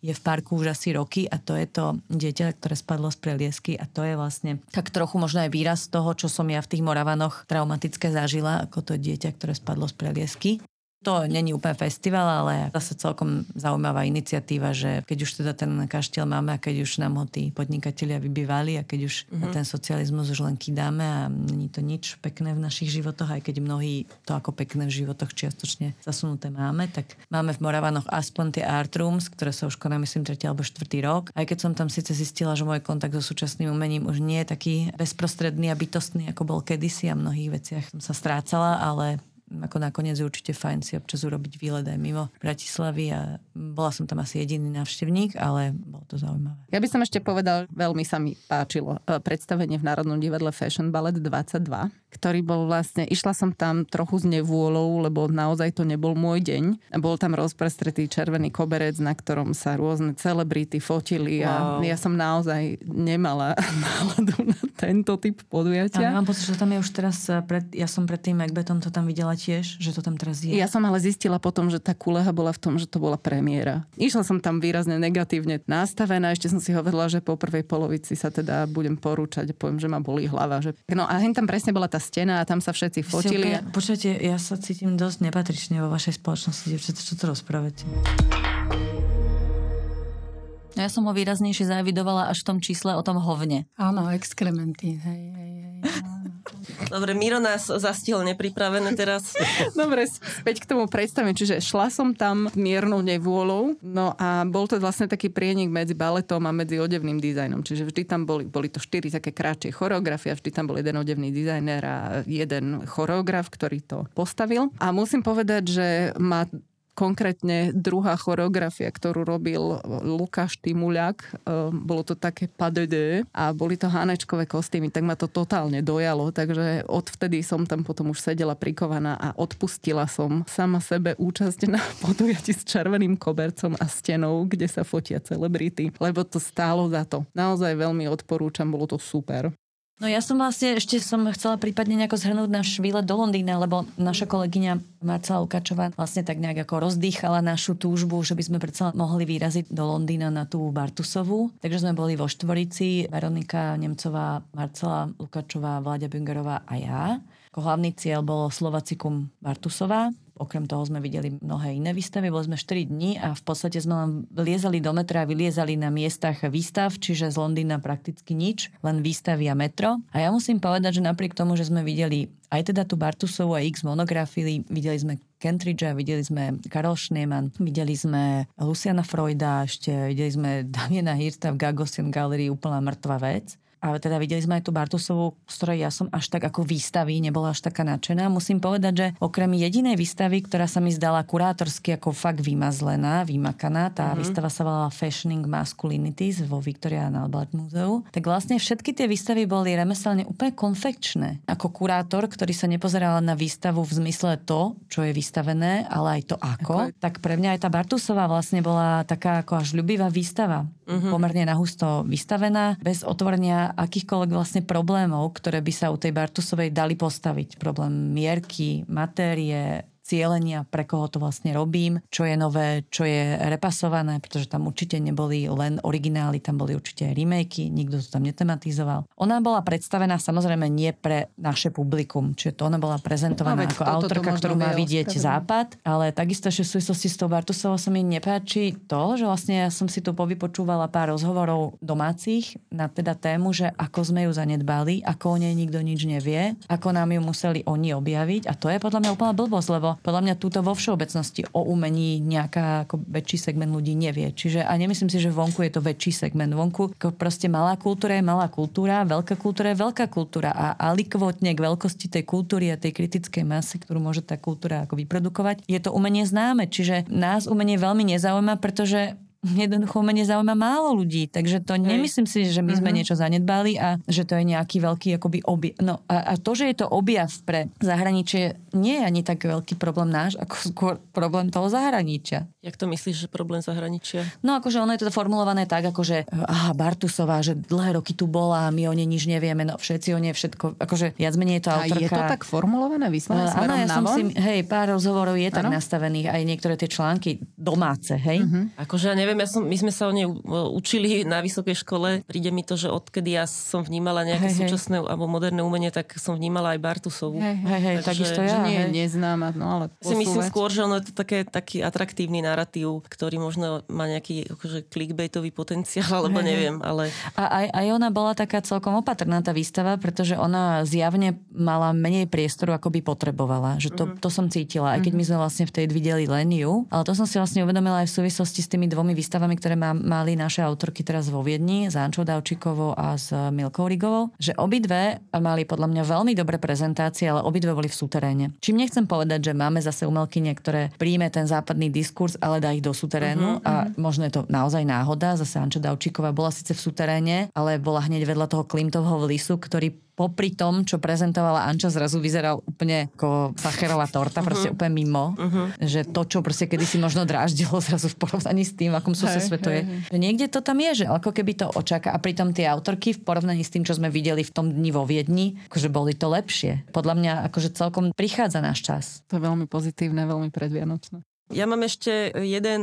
je v parku už asi roky a to je to dieťa, ktoré spadlo z preliesky a to je vlastne tak trochu možno aj výraz toho, čo som ja v tých Moravanoch traumatické zažila, ako to dieťa, ktoré spadlo z preliesky. To není úplne festival, ale zase celkom zaujímavá iniciatíva, že keď už teda ten kaštiel máme a keď už nám ho tí podnikatelia vybývali a keď už ten socializmus už len kýdáme a není to nič pekné v našich životoch, aj keď mnohí to ako pekné v životoch čiastočne zasunuté máme, tak máme v Moravanoch aspoň tie art rooms, ktoré sa už koná, myslím, 3. alebo 4. rok. Aj keď som tam síce zistila, že môj kontakt so súčasným umením už nie je taký bezprostredný a bytostný, ako bol kedysi a v mnohých veciach som sa strácala, ale ako nakoniec je určite fajn si občas urobiť výlet aj mimo Bratislavy a bola som tam asi jediný návštevník, ale bolo to zaujímavé. Ja by som ešte povedal, veľmi sa mi páčilo predstavenie v Národnom divadle Fashion Ballet 22, ktorý bol vlastne, išla som tam trochu s nevôľou, lebo naozaj to nebol môj deň. Bol tam rozprestretý červený koberec, na ktorom sa rôzne celebrity fotili a ja som naozaj nemala náladu na tento typ podujatia. Ja mám pocit, že tam je už teraz, ja som pred tým Macbethom to tam videla tiež, že to tam teraz je. Ja som ale zistila potom, že tá kuleha bola v tom, že to bola premiéra. Išla som tam výrazne negatívne nastavená, ešte som si hovorila, že po prvej polovici sa teda budem porúčať, poviem, že ma bolí hlava. Že... No a hen tam presne bola tá stena a tam sa všetci fotili. Počujete, ja sa cítim dosť nepatrične vo vašej spoločnosti, devčatá, čo to rozprávate? No ja som ho výraznejšie zaevidovala až v tom čísle o tom hovne. Áno, exkrementy. Hej. Dobre, Miro nás zastihol nepripravené teraz. Dobre, späť k tomu predstavím. Čiže šla som tam miernou nevôľou, no a bol to vlastne taký prienik medzi baletom a medzi odevným dizajnom. Čiže vždy tam boli to 4 také kratšie choreografie a vždy tam bol jeden odevný dizajner a jeden choreograf, ktorý to postavil. A musím povedať, že ma konkrétne druhá choreografia, ktorú robil Lukáš Timuľak, bolo to také pas de deux a boli to hanečkové kostýmy, tak ma to totálne dojalo, takže odvtedy som tam potom už sedela prikovaná a odpustila som sama sebe účasť na podujatí s červeným kobercom a stenou, kde sa fotia celebrity, lebo to stálo za to. Naozaj veľmi odporúčam, bolo to super. No ja som vlastne, ešte som chcela prípadne nejako zhrnúť náš výlet do Londýna, lebo naša kolegyňa Marcela Lukáčová vlastne tak nejak ako rozdýchala našu túžbu, že by sme predsa mohli vyraziť do Londýna na tú Bartusovú. Takže sme boli vo štvorici, Veronika Nemcová, Marcela Lukáčová, Vláďa Büngerová a ja. Ako hlavný cieľ bolo Slovacicum Bartusová. Okrem toho sme videli mnohé iné výstavy, boli sme 4 dní a v podstate sme len liezali do metra a vyliezali na miestach výstav, čiže z Londýna prakticky nič, len výstavy a metro. A ja musím povedať, že napriek tomu, že sme videli aj teda tú Bartusovú a X monografii, videli sme Kentridgea, videli sme Karol Schneemann, videli sme Luciana Freuda, ešte videli sme Damiana Hirsta v Gagosian Gallery, úplná mŕtva vec. A teda videli sme aj tú Bartusovú, z ktorej ja som až tak ako výstavy nebola až taká nadšená. Musím povedať, že okrem jedinej výstavy, ktorá sa mi zdala kurátorsky ako fakt vymazlená, vymakaná, tá výstava sa volala Fashioning Masculinities vo Victoria and Albert Múzeu, tak vlastne všetky tie výstavy boli remeselne úplne konfekčné. Ako kurátor, ktorý sa nepozeral na výstavu v zmysle to, čo je vystavené, ale aj to ako. Tak pre mňa aj tá Bartusová vlastne bola taká ako až ľubivá výstava. Pomerne nahusto vystavená, bez otvorenia akýchkoľvek vlastne problémov, ktoré by sa u tej Bartusovej dali postaviť. Problém mierky, matérie, cielenia, pre koho to vlastne robím, čo je nové, čo je repasované, pretože tam určite neboli len originály, tam boli určite aj remakey, nikto to tam netematizoval. Ona bola predstavená samozrejme nie pre naše publikum, čiže to ona bola prezentovaná ako autorka, ktorú má vidieť západ, ale takisto, že v súvislosti s tou Bartusovou sa mi nepáči to, že vlastne ja som si tu povypočúvala pár rozhovorov domácich na teda tému, že ako sme ju zanedbali, ako o nej nikto nič nevie, ako nám ju museli oni objaviť a to je podľa mňa úplná blbosť, lebo podľa mňa túto vo všeobecnosti o umení nejaká ako väčší segment ľudí nevie. Čiže a nemyslím si, že vonku je to väčší segment. Vonku ako proste malá kultúra je malá kultúra, veľká kultúra je veľká kultúra a alikvotne k veľkosti tej kultúry a tej kritickej masy, ktorú môže tá kultúra ako vyprodukovať, je to umenie známe. Čiže nás umenie veľmi nezaujíma, pretože jednoducho umenie zaujíma málo ľudí, takže to nemyslím si, že my sme niečo zanedbali a že to je nejaký veľký akoby objav. No a to, že je to objav pre zahraničie, nie je ani tak veľký problém náš, ako skôr problém toho zahraničia. Jak to myslíš, že problém zahraničia? No akože ono je to formulované tak, akože Bartusová, že dlhé roky tu bola, my o nej nič nevieme, no všetci o nej všetko, akože viac menej je to autorka. A je to tak formulované, vyslovene smerom ja som navon? pár rozhovorov je tak nastavených, aj niektoré tie články domáce, hej? Akože ja neviem, my sme sa o nej učili na vysokej škole. Príde mi to, že odkedy ja som vnímala nejaké súčasné alebo moderné umenie, tak som vnímala aj Bartusovu. Hej, takisto ja. Nie je neznáma, no ale si myslím skôr, že ono je to taký atraktívny narratív, ktorý možno má nejaký akože clickbaitový potenciál, alebo neviem, ale... A aj ona bola taká celkom opatrná, tá výstava, pretože ona zjavne mala menej priestoru, ako by potrebovala. Že to som cítila, aj keď my sme vlastne vtedy videli len ju. Ale to som si vlastne uvedomila aj v súvislosti s tými dvomi výstavami, ktoré mali naše autorky teraz vo Viedni, s Ančou Davčikovou a s Milkou Rigovou, že obidve mali podľa mňa veľmi dobré prezentácie, ale obidve boli v súteréne. Čím nechcem povedať, že máme zase umelkyne, ktoré príjme ten západný diskurs, ale dá ich do súterénu a možno je to naozaj náhoda. Zase Anča Davčíková bola síce v súteréne, ale bola hneď vedľa toho Klimtovho vlisu, ktorý popri tom, čo prezentovala Anča, zrazu vyzeral úplne ako sacherová torta, proste úplne mimo. Že to, čo proste kedysi možno dráždilo zrazu v porovnaní s tým, akom sú sa svetuje. Že niekde to tam je, že ako keby to očaká. A pritom tie autorky v porovnaní s tým, čo sme videli v tom dni vo Viedni, akože boli to lepšie. Podľa mňa akože celkom prichádza náš čas. To je veľmi pozitívne, veľmi predvianočné. Ja mám ešte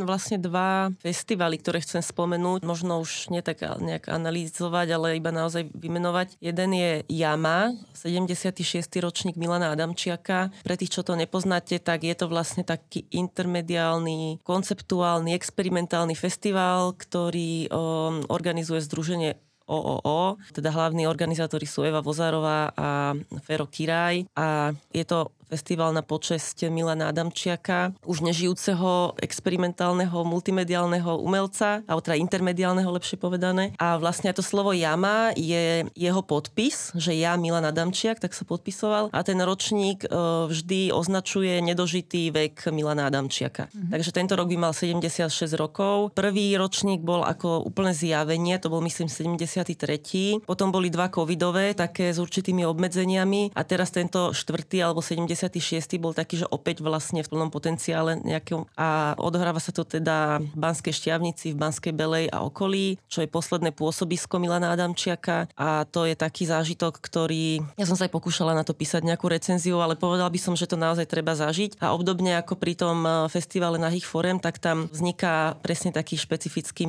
dva festivaly, ktoré chcem spomenúť. Možno už nie tak nejak analyzovať, ale iba naozaj vymenovať. Jeden je Jama, 76. ročník Milana Adamčiaka. Pre tých, čo to nepoznáte, tak je to vlastne taký intermediálny, konceptuálny, experimentálny festival, ktorý organizuje združenie OOO, teda hlavní organizátori sú Eva Vozárová a Fero Kiraj a je to festival na počesť Milana Adamčiaka, už nežijúceho experimentálneho multimediálneho umelca, alebo teda intermediálneho, lepšie povedané. A vlastne to slovo Jama je jeho podpis, že ja Milan Adamčiak, tak sa podpisoval a ten ročník vždy označuje nedožitý vek Milana Adamčiaka. Takže tento rok by mal 76 rokov. Prvý ročník bol ako úplne zjavenie, to bol myslím 73. Potom boli 2 covidové, také s určitými obmedzeniami a teraz tento 4. alebo 76. bol taký, že opäť vlastne v plnom potenciále nejakom a odohráva sa to teda v Banskej Štiavnici, v Banskej Belej a okolí, čo je posledné pôsobisko Milana Adamčiaka a to je taký zážitok, ktorý ja som sa aj pokúšala na to písať nejakú recenziu, ale povedala by som, že to naozaj treba zažiť a obdobne ako pri tom festivale Nahých forem, tak tam vzniká presne taký špecifický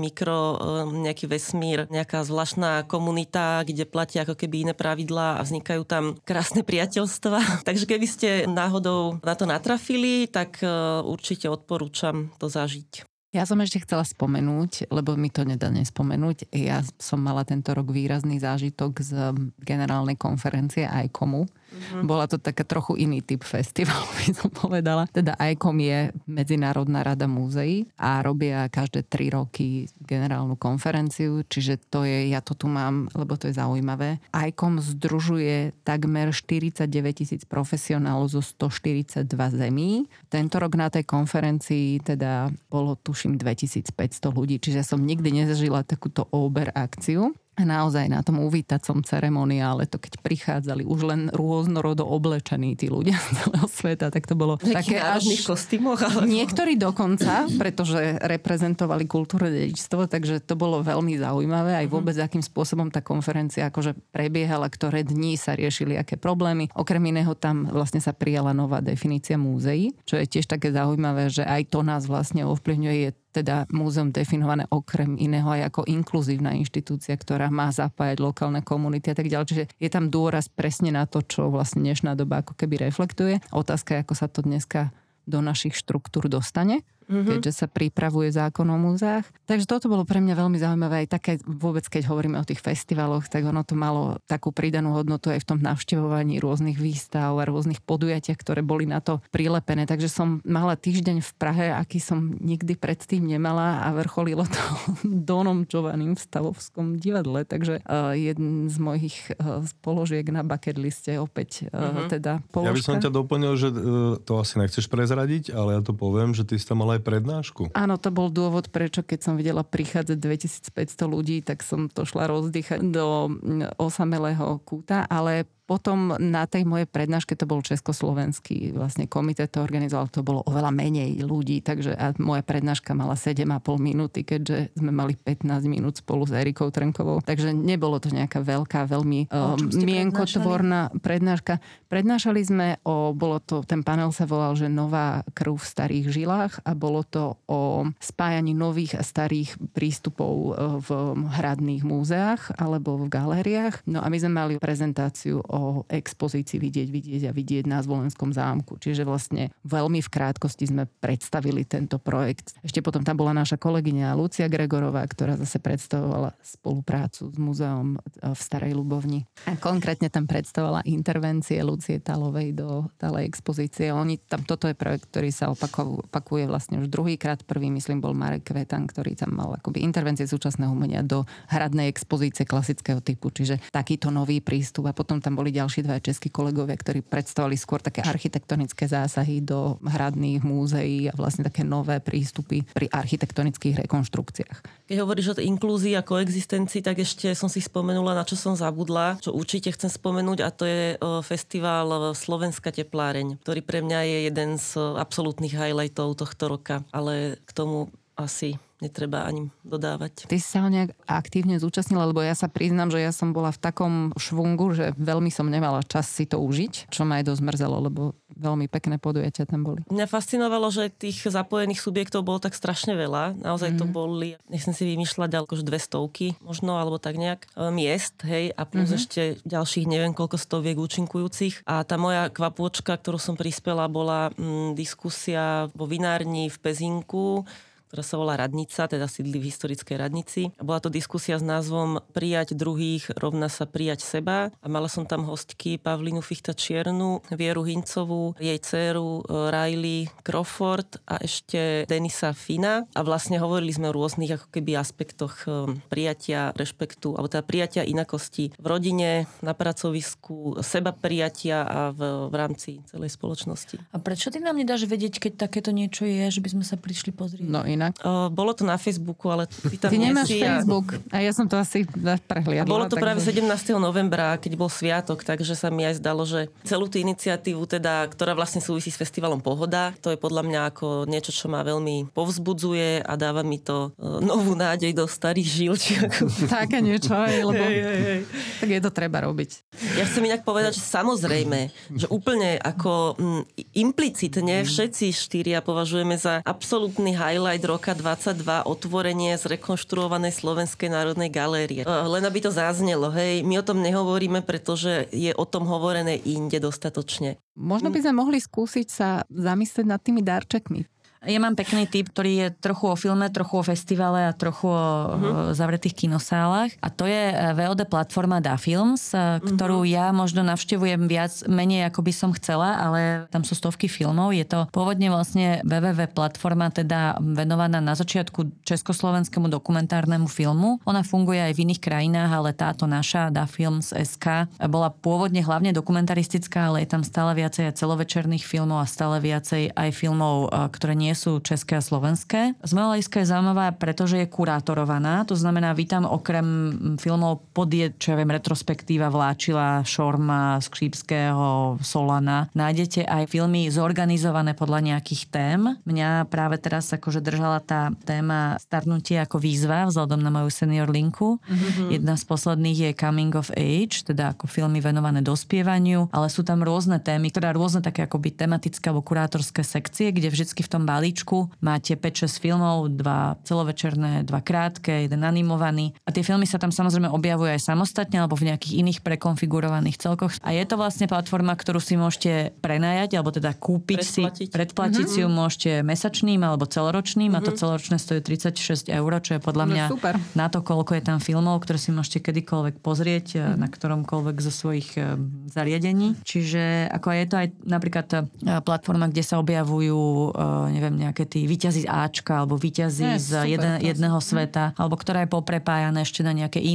nejaký vesmír, nejaká zvláštna komunita, kde platia ako keby iné pravidlá a vznikajú tam krásne priateľstvá. Takže keby ste náhodou na to natrafili, tak určite odporúčam to zažiť. Ja som ešte chcela spomenúť, lebo mi to nedá nespomenúť. Ja som mala tento rok výrazný zážitok z generálnej konferencie ICOMu. Bola to taká trochu iný typ festivalu, by som povedala. Teda ICOM je Medzinárodná rada múzeí a robia každé 3 roky generálnu konferenciu, čiže to je, ja to tu mám, lebo to je zaujímavé. ICOM združuje takmer 49 000 profesionálov zo 142 zemí. Tento rok na tej konferencii teda bolo tuším 2500 ľudí, čiže som nikdy nezažila takúto Ober akciu. A naozaj na tom uvítacom ceremoniále, to keď prichádzali už len rôznorodo oblečení tí ľudia z celého sveta, tak to bolo také až... kostýmoch, ale... Niektorí dokonca, pretože reprezentovali kultúrne dedičstvo, takže to bolo veľmi zaujímavé, aj vôbec akým spôsobom tá konferencia akože prebiehala, ktoré dni sa riešili, aké problémy. Okrem iného tam vlastne sa prijala nová definícia múzeí, čo je tiež také zaujímavé, že aj to nás vlastne ovplyvňuje, je teda múzeum definované okrem iného aj ako inkluzívna inštitúcia, ktorá má zapájať lokálne komunity a tak ďalej. Čiže je tam dôraz presne na to, čo vlastne dnešná doba ako keby reflektuje. Otázka je, ako sa to dneska do našich štruktúr dostane, keďže sa pripravuje zákon o múzeách. Takže toto bolo pre mňa veľmi zaujímavé. Aj také vôbec, keď hovoríme o tých festivaloch, tak ono to malo takú pridanú hodnotu aj v tom navštevovaní rôznych výstav a rôznych podujatiach, ktoré boli na to prilepené. Takže som mala týždeň v Prahe, aký som nikdy predtým nemala a vrcholilo to Donom Giovannim v Stavovskom divadle. Takže jeden z mojich položiek na bucket liste opäť teda položka. Ja by som ťa doplnil, že to asi nechceš prezradiť, ale ja to poviem, že ty si tam mal aj prednášku. Áno, to bol dôvod, prečo keď som videla prichádzať 2500 ľudí, tak som to šla rozdýchať do osamelého kúta, ale potom na tej mojej prednáške to bol československý vlastne komité to organizoval, to bolo oveľa menej ľudí, takže a moja prednáška mala 7,5 minúty, keďže sme mali 15 minút spolu s Erikou Trnkovou, takže nebolo to nejaká veľká, veľmi mienkotvorná prednáška. Prednášali sme ten panel sa volal, že Nová krv v starých žilách a bolo to o spájaní nových a starých prístupov v hradných múzeách alebo v galériách. No a my sme mali prezentáciu o expozícii vidieť nás v Volenskom zámku. Čiže vlastne veľmi v krátkosti sme predstavili tento projekt. Ešte potom tam bola naša kolegyňa Lucia Gregorová, ktorá zase predstavovala spoluprácu s múzeom v Starej Ľubovni. A konkrétne tam predstavovala intervencie Lucie Talovej do talej expozície. Toto je projekt, ktorý sa opakuje vlastne už druhýkrát. Prvý, myslím, bol Marek Kvetan, ktorý tam mal akoby intervencie súčasného umenia do hradnej expozície klasického typu. Čiže takýto nový prístup. A potom tam boli ďalší dva českí kolegovia, ktorí predstavovali skôr také architektonické zásahy do hradných múzeí a vlastne také nové prístupy pri architektonických rekonštrukciách. Keď hovoríš o tej inklúzii a koexistencii, tak ešte som si spomenula, na čo som zabudla, čo určite chcem spomenúť, a to je festival Slovenská tepláreň, ktorý pre mňa je jeden z absolútnych highlightov tohto roka, ale k tomu asi netreba ani dodávať. Ty si sa ho nejak aktívne zúčastnila, lebo ja sa priznám, že ja som bola v takom švungu, že veľmi som nemala čas si to užiť, čo ma aj dosť mrzelo, lebo veľmi pekné podujatia tam boli. Mňa fascinovalo, že tých zapojených subjektov bolo tak strašne veľa. Naozaj to boli, nechcem si vymýšľať, akože 200 možno, alebo tak nejak miest, hej, a plus ešte ďalších neviem koľko stoviek účinkujúcich. A tá moja kvapôčka, ktorú som prispela, bola diskusia vo vinárni v Pezinku, ktorá sa volá Radnica, teda sídli v historickej Radnici. A bola to diskusia s názvom Prijať druhých rovná sa prijať seba. A mala som tam hostky Pavlínu Fichta Čiernu, Vieru Hincovú, jej dcéru Riley Crawford a ešte Denisa Fina. A vlastne hovorili sme o rôznych ako keby aspektoch prijatia, rešpektu, alebo teda prijatia inakosti v rodine, na pracovisku, seba prijatia a v rámci celej spoločnosti. A prečo ty nám nedáš vedieť, keď takéto niečo je, že by sme sa prišli pozrieť? No inak. Bolo to na Facebooku, ale ty tam Ty nemáš nesi Facebook. A ja som to asi prehliadla. Bolo to práve 17. novembra, keď bol sviatok, takže sa mi aj zdalo, že celú tú iniciatívu, teda, ktorá vlastne súvisí s festivalom Pohoda, to je podľa mňa ako niečo, čo ma veľmi povzbudzuje a dáva mi to novú nádej do starých žil. Také niečo, lebo tak je to treba robiť. Ja chcem inak povedať, že samozrejme, že úplne ako implicitne všetci štyria považujeme za absolútny highlight roka 22 otvorenie zrekonštruovanej Slovenskej národnej galérie. Len aby to zaznelo, hej, my o tom nehovoríme, pretože je o tom hovorené inde dostatočne. Možno by sme mohli skúsiť sa zamyslieť nad tými darčekmi. Ja mám pekný tip, ktorý je trochu o filme, trochu o festivale a trochu o zavretých kinosálach. A to je VOD platforma DaFilms, ktorú ja možno navštevujem menej ako by som chcela, ale tam sú stovky filmov. Je to pôvodne vlastne www platforma, teda venovaná na začiatku československému dokumentárnemu filmu. Ona funguje aj v iných krajinách, ale táto naša DaFilms SK bola pôvodne hlavne dokumentaristická, ale je tam stále viacej aj celovečerných filmov a stále viacej aj filmov, ktoré nie sú české a slovenské. Z mojho hľadiska je zaujímavá, pretože je kurátorovaná. To znamená, vy tam okrem filmov retrospektíva Vláčila, Šorma, Skřípského, Solana, nájdete aj filmy zorganizované podľa nejakých tém. Mňa práve teraz akože držala tá téma starnutie ako výzva vzhľadom na moju senior linku. Jedna z posledných je Coming of Age, teda ako filmy venované dospievaniu, ale sú tam rôzne témy, ktoré rôzne také akoby tematické alebo kurátorské sekcie, kde vždycky v tom balíčku máte 5-6 filmov, 2 celovečerné, 2 krátke, 1 animovaný. A tie filmy sa tam samozrejme objavujú aj samostatne alebo v nejakých iných prekonfigurovaných celkoch. A je to vlastne platforma, ktorú si môžete prenajať alebo teda kúpiť predplatiť si ju môžete mesačným alebo celoročným a to celoročné stojí 36 €, čo je podľa mňa na to, koľko je tam filmov, ktoré si môžete kedykoľvek pozrieť na ktoromkoľvek zo svojich zariadení. Čiže ako je to aj napríklad platforma, kde sa objavujú nejaké tí víťazi z Ačka alebo víťazi z jedného sveta, alebo ktorá je poprepájaná ešte na nejaké iné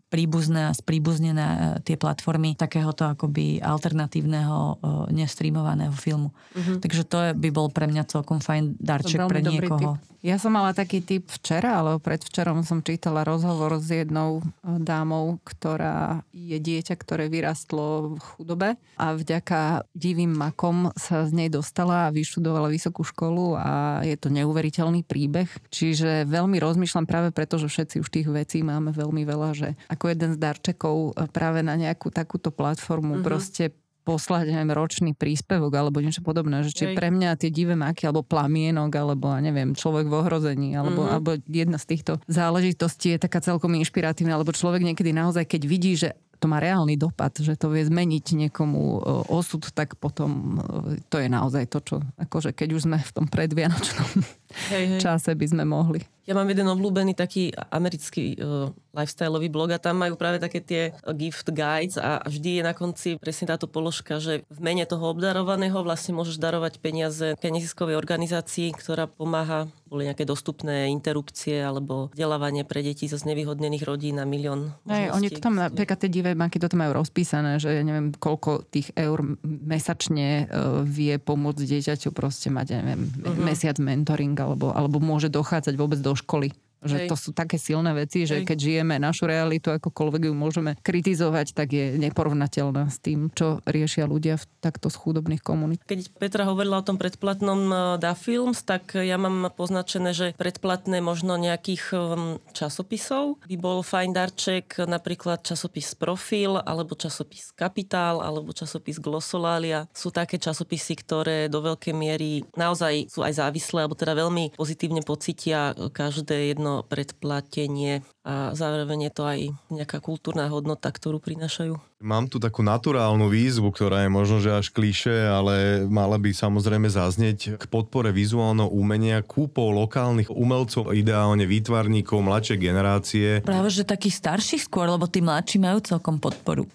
príbuzné a spríbuznené tie platformy takéhoto akoby alternatívneho nestreamovaného filmu. Takže to by bol pre mňa celkom fajn darček pre niekoho. Ja som mala taký tip včera, alebo predvčerom som čítala rozhovor s jednou dámou, ktorá je dieťa, ktoré vyrastlo v chudobe a vďaka divým makom sa z nej dostala a vyštudovala vysokú školu a je to neuveriteľný príbeh. Čiže veľmi rozmýšľam práve preto, že všetci už tých vecí máme veľmi veľa, že ako jeden z darčekov práve na nejakú takúto platformu proste poslať, neviem, ročný príspevok alebo niečo podobné, že či pre mňa tie divé máky alebo plamienok, alebo neviem, človek v ohrození, alebo jedna z týchto záležitostí je taká celkom inšpiratívna, alebo človek niekedy naozaj, keď vidí, že to má reálny dopad, že to vie zmeniť niekomu osud, tak potom to je naozaj to, čo akože keď už sme v tom predvianočnom čase by sme mohli. Ja mám jeden obľúbený taký americký lifestyleový blog a tam majú práve také tie gift guides a vždy je na konci presne táto položka, že v mene toho obdarovaného vlastne môžeš darovať peniaze neziskovej organizácii, ktorá pomáha, boli nejaké dostupné interrupcie alebo vzdelávanie pre deti zo znevýhodnených rodín na milión možností. Oni to tam napríklad tie divé banky to tam majú rozpísané, že ja neviem, koľko tých eur mesačne vie pomôcť dieťaťu proste mať, ja neviem, mesiac mentoring alebo môže dochádzať vôbec do školy. Že to sú také silné veci, že keď žijeme našu realitu, akokoľvek ju môžeme kritizovať, tak je neporovnateľná s tým, čo riešia ľudia v takto z chudobných komunít. Keď Petra hovorila o tom predplatnom DaFilms, tak ja mám poznačené, že predplatné možno nejakých časopisov by bol fajn darček, napríklad časopis Profil, alebo časopis Kapitál, alebo časopis Glossolalia. Sú také časopisy, ktoré do veľkej miery naozaj sú aj závislé, alebo teda veľmi pozitívne pocítia každé jedno predplatenie a zároveň je to aj nejaká kultúrna hodnota, ktorú prinášajú. Mám tu takú naturálnu výzvu, ktorá je možno, že až klišé, ale mala by samozrejme zaznieť k podpore vizuálneho umenia kúpou lokálnych umelcov, ideálne výtvarníkov mladšej generácie. Práve, že takých starších skôr, lebo tí mladší majú celkom podporu.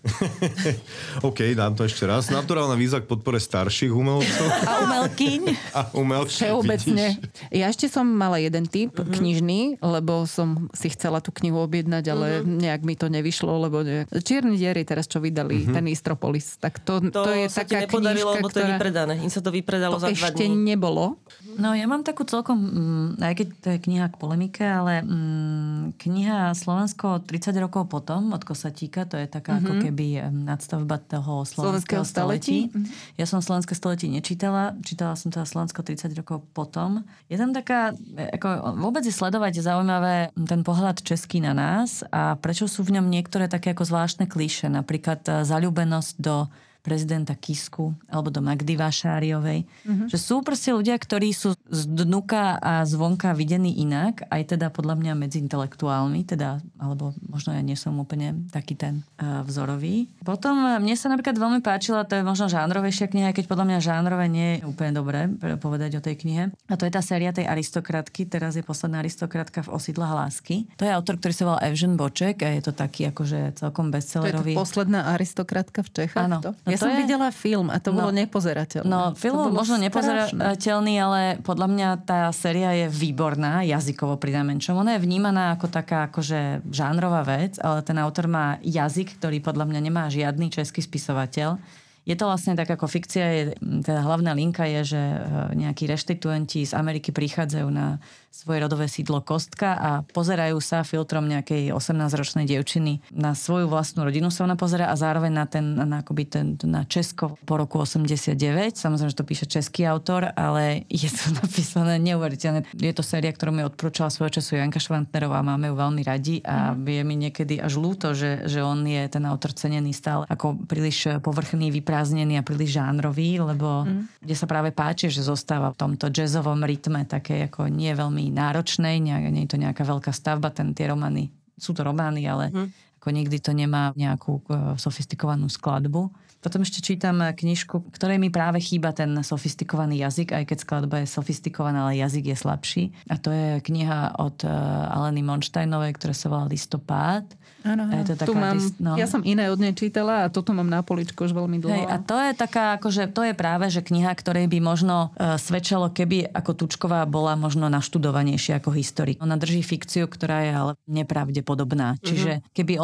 OK, dám to ešte raz. Naturálna výzva k podpore starších umelcov. A umelkyň. Všeobecne. Ja ešte som mala jeden tip knižný, lebo som si chcela tú knihu objednať, ale nejak mi to nevyšlo, lebo Čierne diery teraz, čo vydali, ten Istropolis. Tak to je sa taká ti nepodarilo, knižka, lebo to je vypredané. Im sa to vypredalo za 2 dní. Ešte nebolo. No ja mám takú celkom, aj keď to je kniha k polemike, ale kniha Slovensko 30 rokov potom od Kosatíka, to je taká ako keby nadstavba toho slovenského století. Ja som slovenské století nečítala, čítala som teda Slovensko 30 rokov potom. Je tam taká, ako vôbec je sledovať zaujímavé ten pohľad český na nás a prečo sú v ňom niektoré také ako zvláštne klišé, napríklad zaľúbenosť do prezidenta Kisku alebo do Magdy Vášáriovej. Že sú proste ľudia, ktorí sú z dnuka a zvonka videní inak, aj teda podľa mňa medzi intelektuálmi, teda, alebo možno ja nie som úplne taký ten vzorový. Potom mne sa napríklad veľmi páčila, to je možno žánrovejšia kniha, aj keď podľa mňa žánrové nie je úplne dobré povedať o tej knihe. A to je tá séria tej aristokratky, teraz je posledná aristokratka v Osídlach lásky. To je autor, ktorý sa volá Evžen Boček a je to taký akože celkom bestsellerový. To je to posledná aristokratka v Čechách? Áno. Ja som videla film a to bolo nepozerateľné. No, film možno nepozerateľný, ale podľa mňa tá séria je výborná, jazykovo pri najmenšom. Ona je vnímaná ako taká akože žánrová vec, ale ten autor má jazyk, ktorý podľa mňa nemá žiadny český spisovateľ. Je to vlastne tak ako fikcia, teda hlavná linka je, že nejakí reštituenti z Ameriky prichádzajú na svoje rodové sídlo Kostka a pozerajú sa filtrom nejakej 18-ročnej dievčiny na svoju vlastnú rodinu sa ona pozerá a zároveň na Česko po roku 89. Samozrejme, že to píše český autor, ale je to napísané neuveriteľne. Je to séria, ktorú mi odporúčala svojho času Janka Švantnerová, máme ju veľmi radi a je mi niekedy až ľúto, že on je ten autor cenený stále ako príliš povrchný, vyprázdnený a príliš žánrový, lebo kde sa práve páči, že zostáva v tomto jazzovom rytme také ako nie veľmi náročnej, nie je to nejaká veľká stavba, tie romány, sú to romány, ale ako nikdy to nemá nejakú sofistikovanú skladbu. Potom ešte čítam knižku, ktorej mi práve chýba ten sofistikovaný jazyk, aj keď skladba je sofistikovaná, ale jazyk je slabší. A to je kniha od Aleny Monštajnovej, ktorá sa volá Listopád. Áno, ja som iné od nej čítala a toto mám na poličku už veľmi dlho. Hej, a to je taká, akože to je práve, že kniha, ktorej by možno svedčalo, keby ako Tučková bola možno naštudovanejšia ako historik. Ona drží fikciu, ktorá je ale nepravdepodobná. Čiže keby ona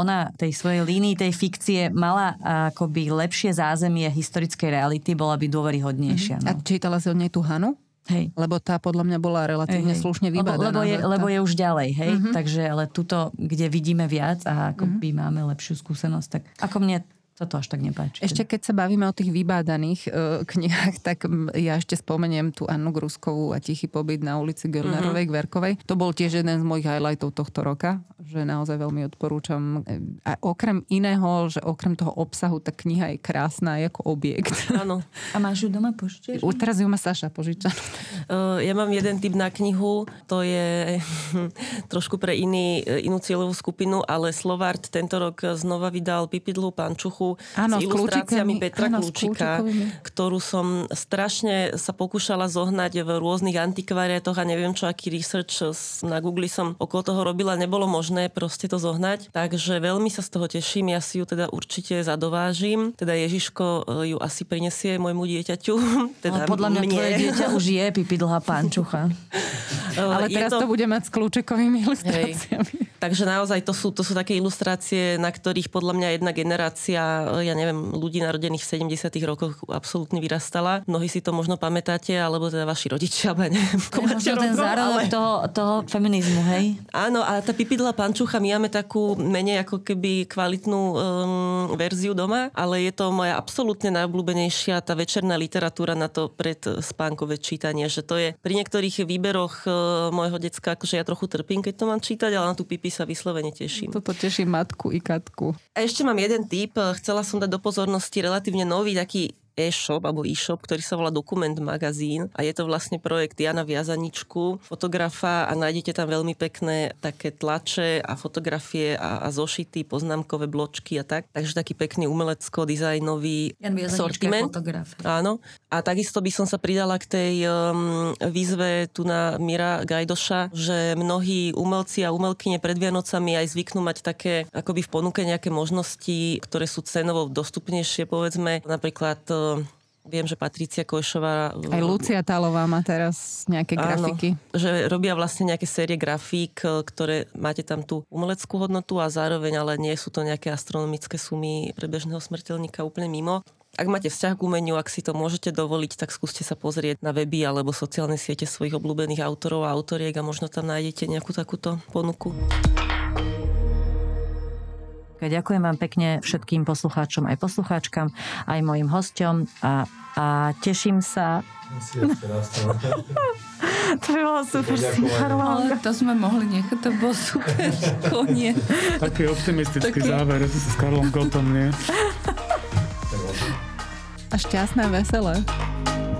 ona tej svojej línii, tej fikcie mala akoby lepšie zázemie historickej reality, bola by dôveryhodnejšia. A čítala si od nej tú Hanu? Hej. Lebo tá podľa mňa bola relatívne slušne vybadaná. Lebo je už ďalej, hej? Takže ale tuto, kde vidíme viac a akoby máme lepšiu skúsenosť, tak ako mne toto až tak nepáči. Ešte keď sa bavíme o tých vybádaných knihách, tak ja ešte spomeniem tú Annu Gruskovú a Tichý pobyt na ulici Görnerovej Verkovej. To bol tiež jeden z mojich highlightov tohto roka, že naozaj veľmi odporúčam. A okrem iného, že okrem toho obsahu, tá kniha je krásna ako objekt. Áno. A máš ju doma poštiaž? Teraz ju má Saša požičanú. Ja mám jeden tip na knihu, to je trošku pre inú cieľovú skupinu, ale Slovart tento rok znova vydal Pipidlú pančuchu s ilustráciami Petra Kľúčika, ktorú som strašne sa pokúšala zohnať v rôznych antikvariátoch a neviem čo, aký research na Google som okolo toho robila, nebolo možné proste to zohnať, takže veľmi sa z toho teším, ja si ju teda určite zadovážim, teda Ježiško ju asi prinesie môjmu dieťaťu. Teda podľa mňa tvoje dieťa už je Pipidlhá pančucha. Ale teraz to bude mať s Kľúčikovými ilustráciami. Takže naozaj to sú také ilustrácie, na ktorých podľa mňa jedna generácia, ja neviem, ľudí narodených v 70. rokoch absolútne vyrastala. Mnohí si to možno pamätáte, alebo teda vaši rodičia, alebo neviem. Možno ten zárodok toho feminizmu, hej? Áno, a tá Pipidlá pančucha, my máme takú menej ako keby kvalitnú verziu doma, ale je to moja absolútne najobľúbenejšia tá večerná literatúra na to predspánkové čítanie, že to je pri niektorých výberoch môjho decka, akože ja trochu trpím, keď to mám čítať, ale na tú Pipi sa vyslovene teším. Toto teší matku i Katku. A ešte mám jeden tip. Chcela som dať do pozornosti relatívne nový taký e-shop alebo e-shop, ktorý sa volá Dokument magazín a je to vlastne projekt Jana Viazaničku, fotografa a nájdete tam veľmi pekné také tlače a fotografie a zošity, poznámkové bločky a tak. Takže taký pekný umelecko-dizajnový sortiment. Áno. A takisto by som sa pridala k tej výzve tu na Mira Gajdoša, že mnohí umelci a umelkyne pred Vianocami aj zvyknú mať také akoby v ponuke nejaké možnosti, ktoré sú cenovo dostupnejšie, povedzme. Napríklad viem, že Patricia Kojšová... Aj Lucia Tálová má teraz nejaké grafiky. Že robia vlastne nejaké série grafík, ktoré máte tam tú umeleckú hodnotu a zároveň, ale nie sú to nejaké astronomické sumy pre bežného smrteľníka úplne mimo. Ak máte vzťah k umeniu, ak si to môžete dovoliť, tak skúste sa pozrieť na weby alebo sociálne siete svojich obľúbených autorov a autoriek a možno tam nájdete nejakú takúto ponuku. Ďakujem vám pekne všetkým poslucháčom aj poslucháčkam, aj mojim hosťom a teším sa. To by bolo super. Ale to sme mohli nechať, to bolo super. Koniec. Taký optimistický záver s Karlom Gottom, nie? A šťastné, veselé.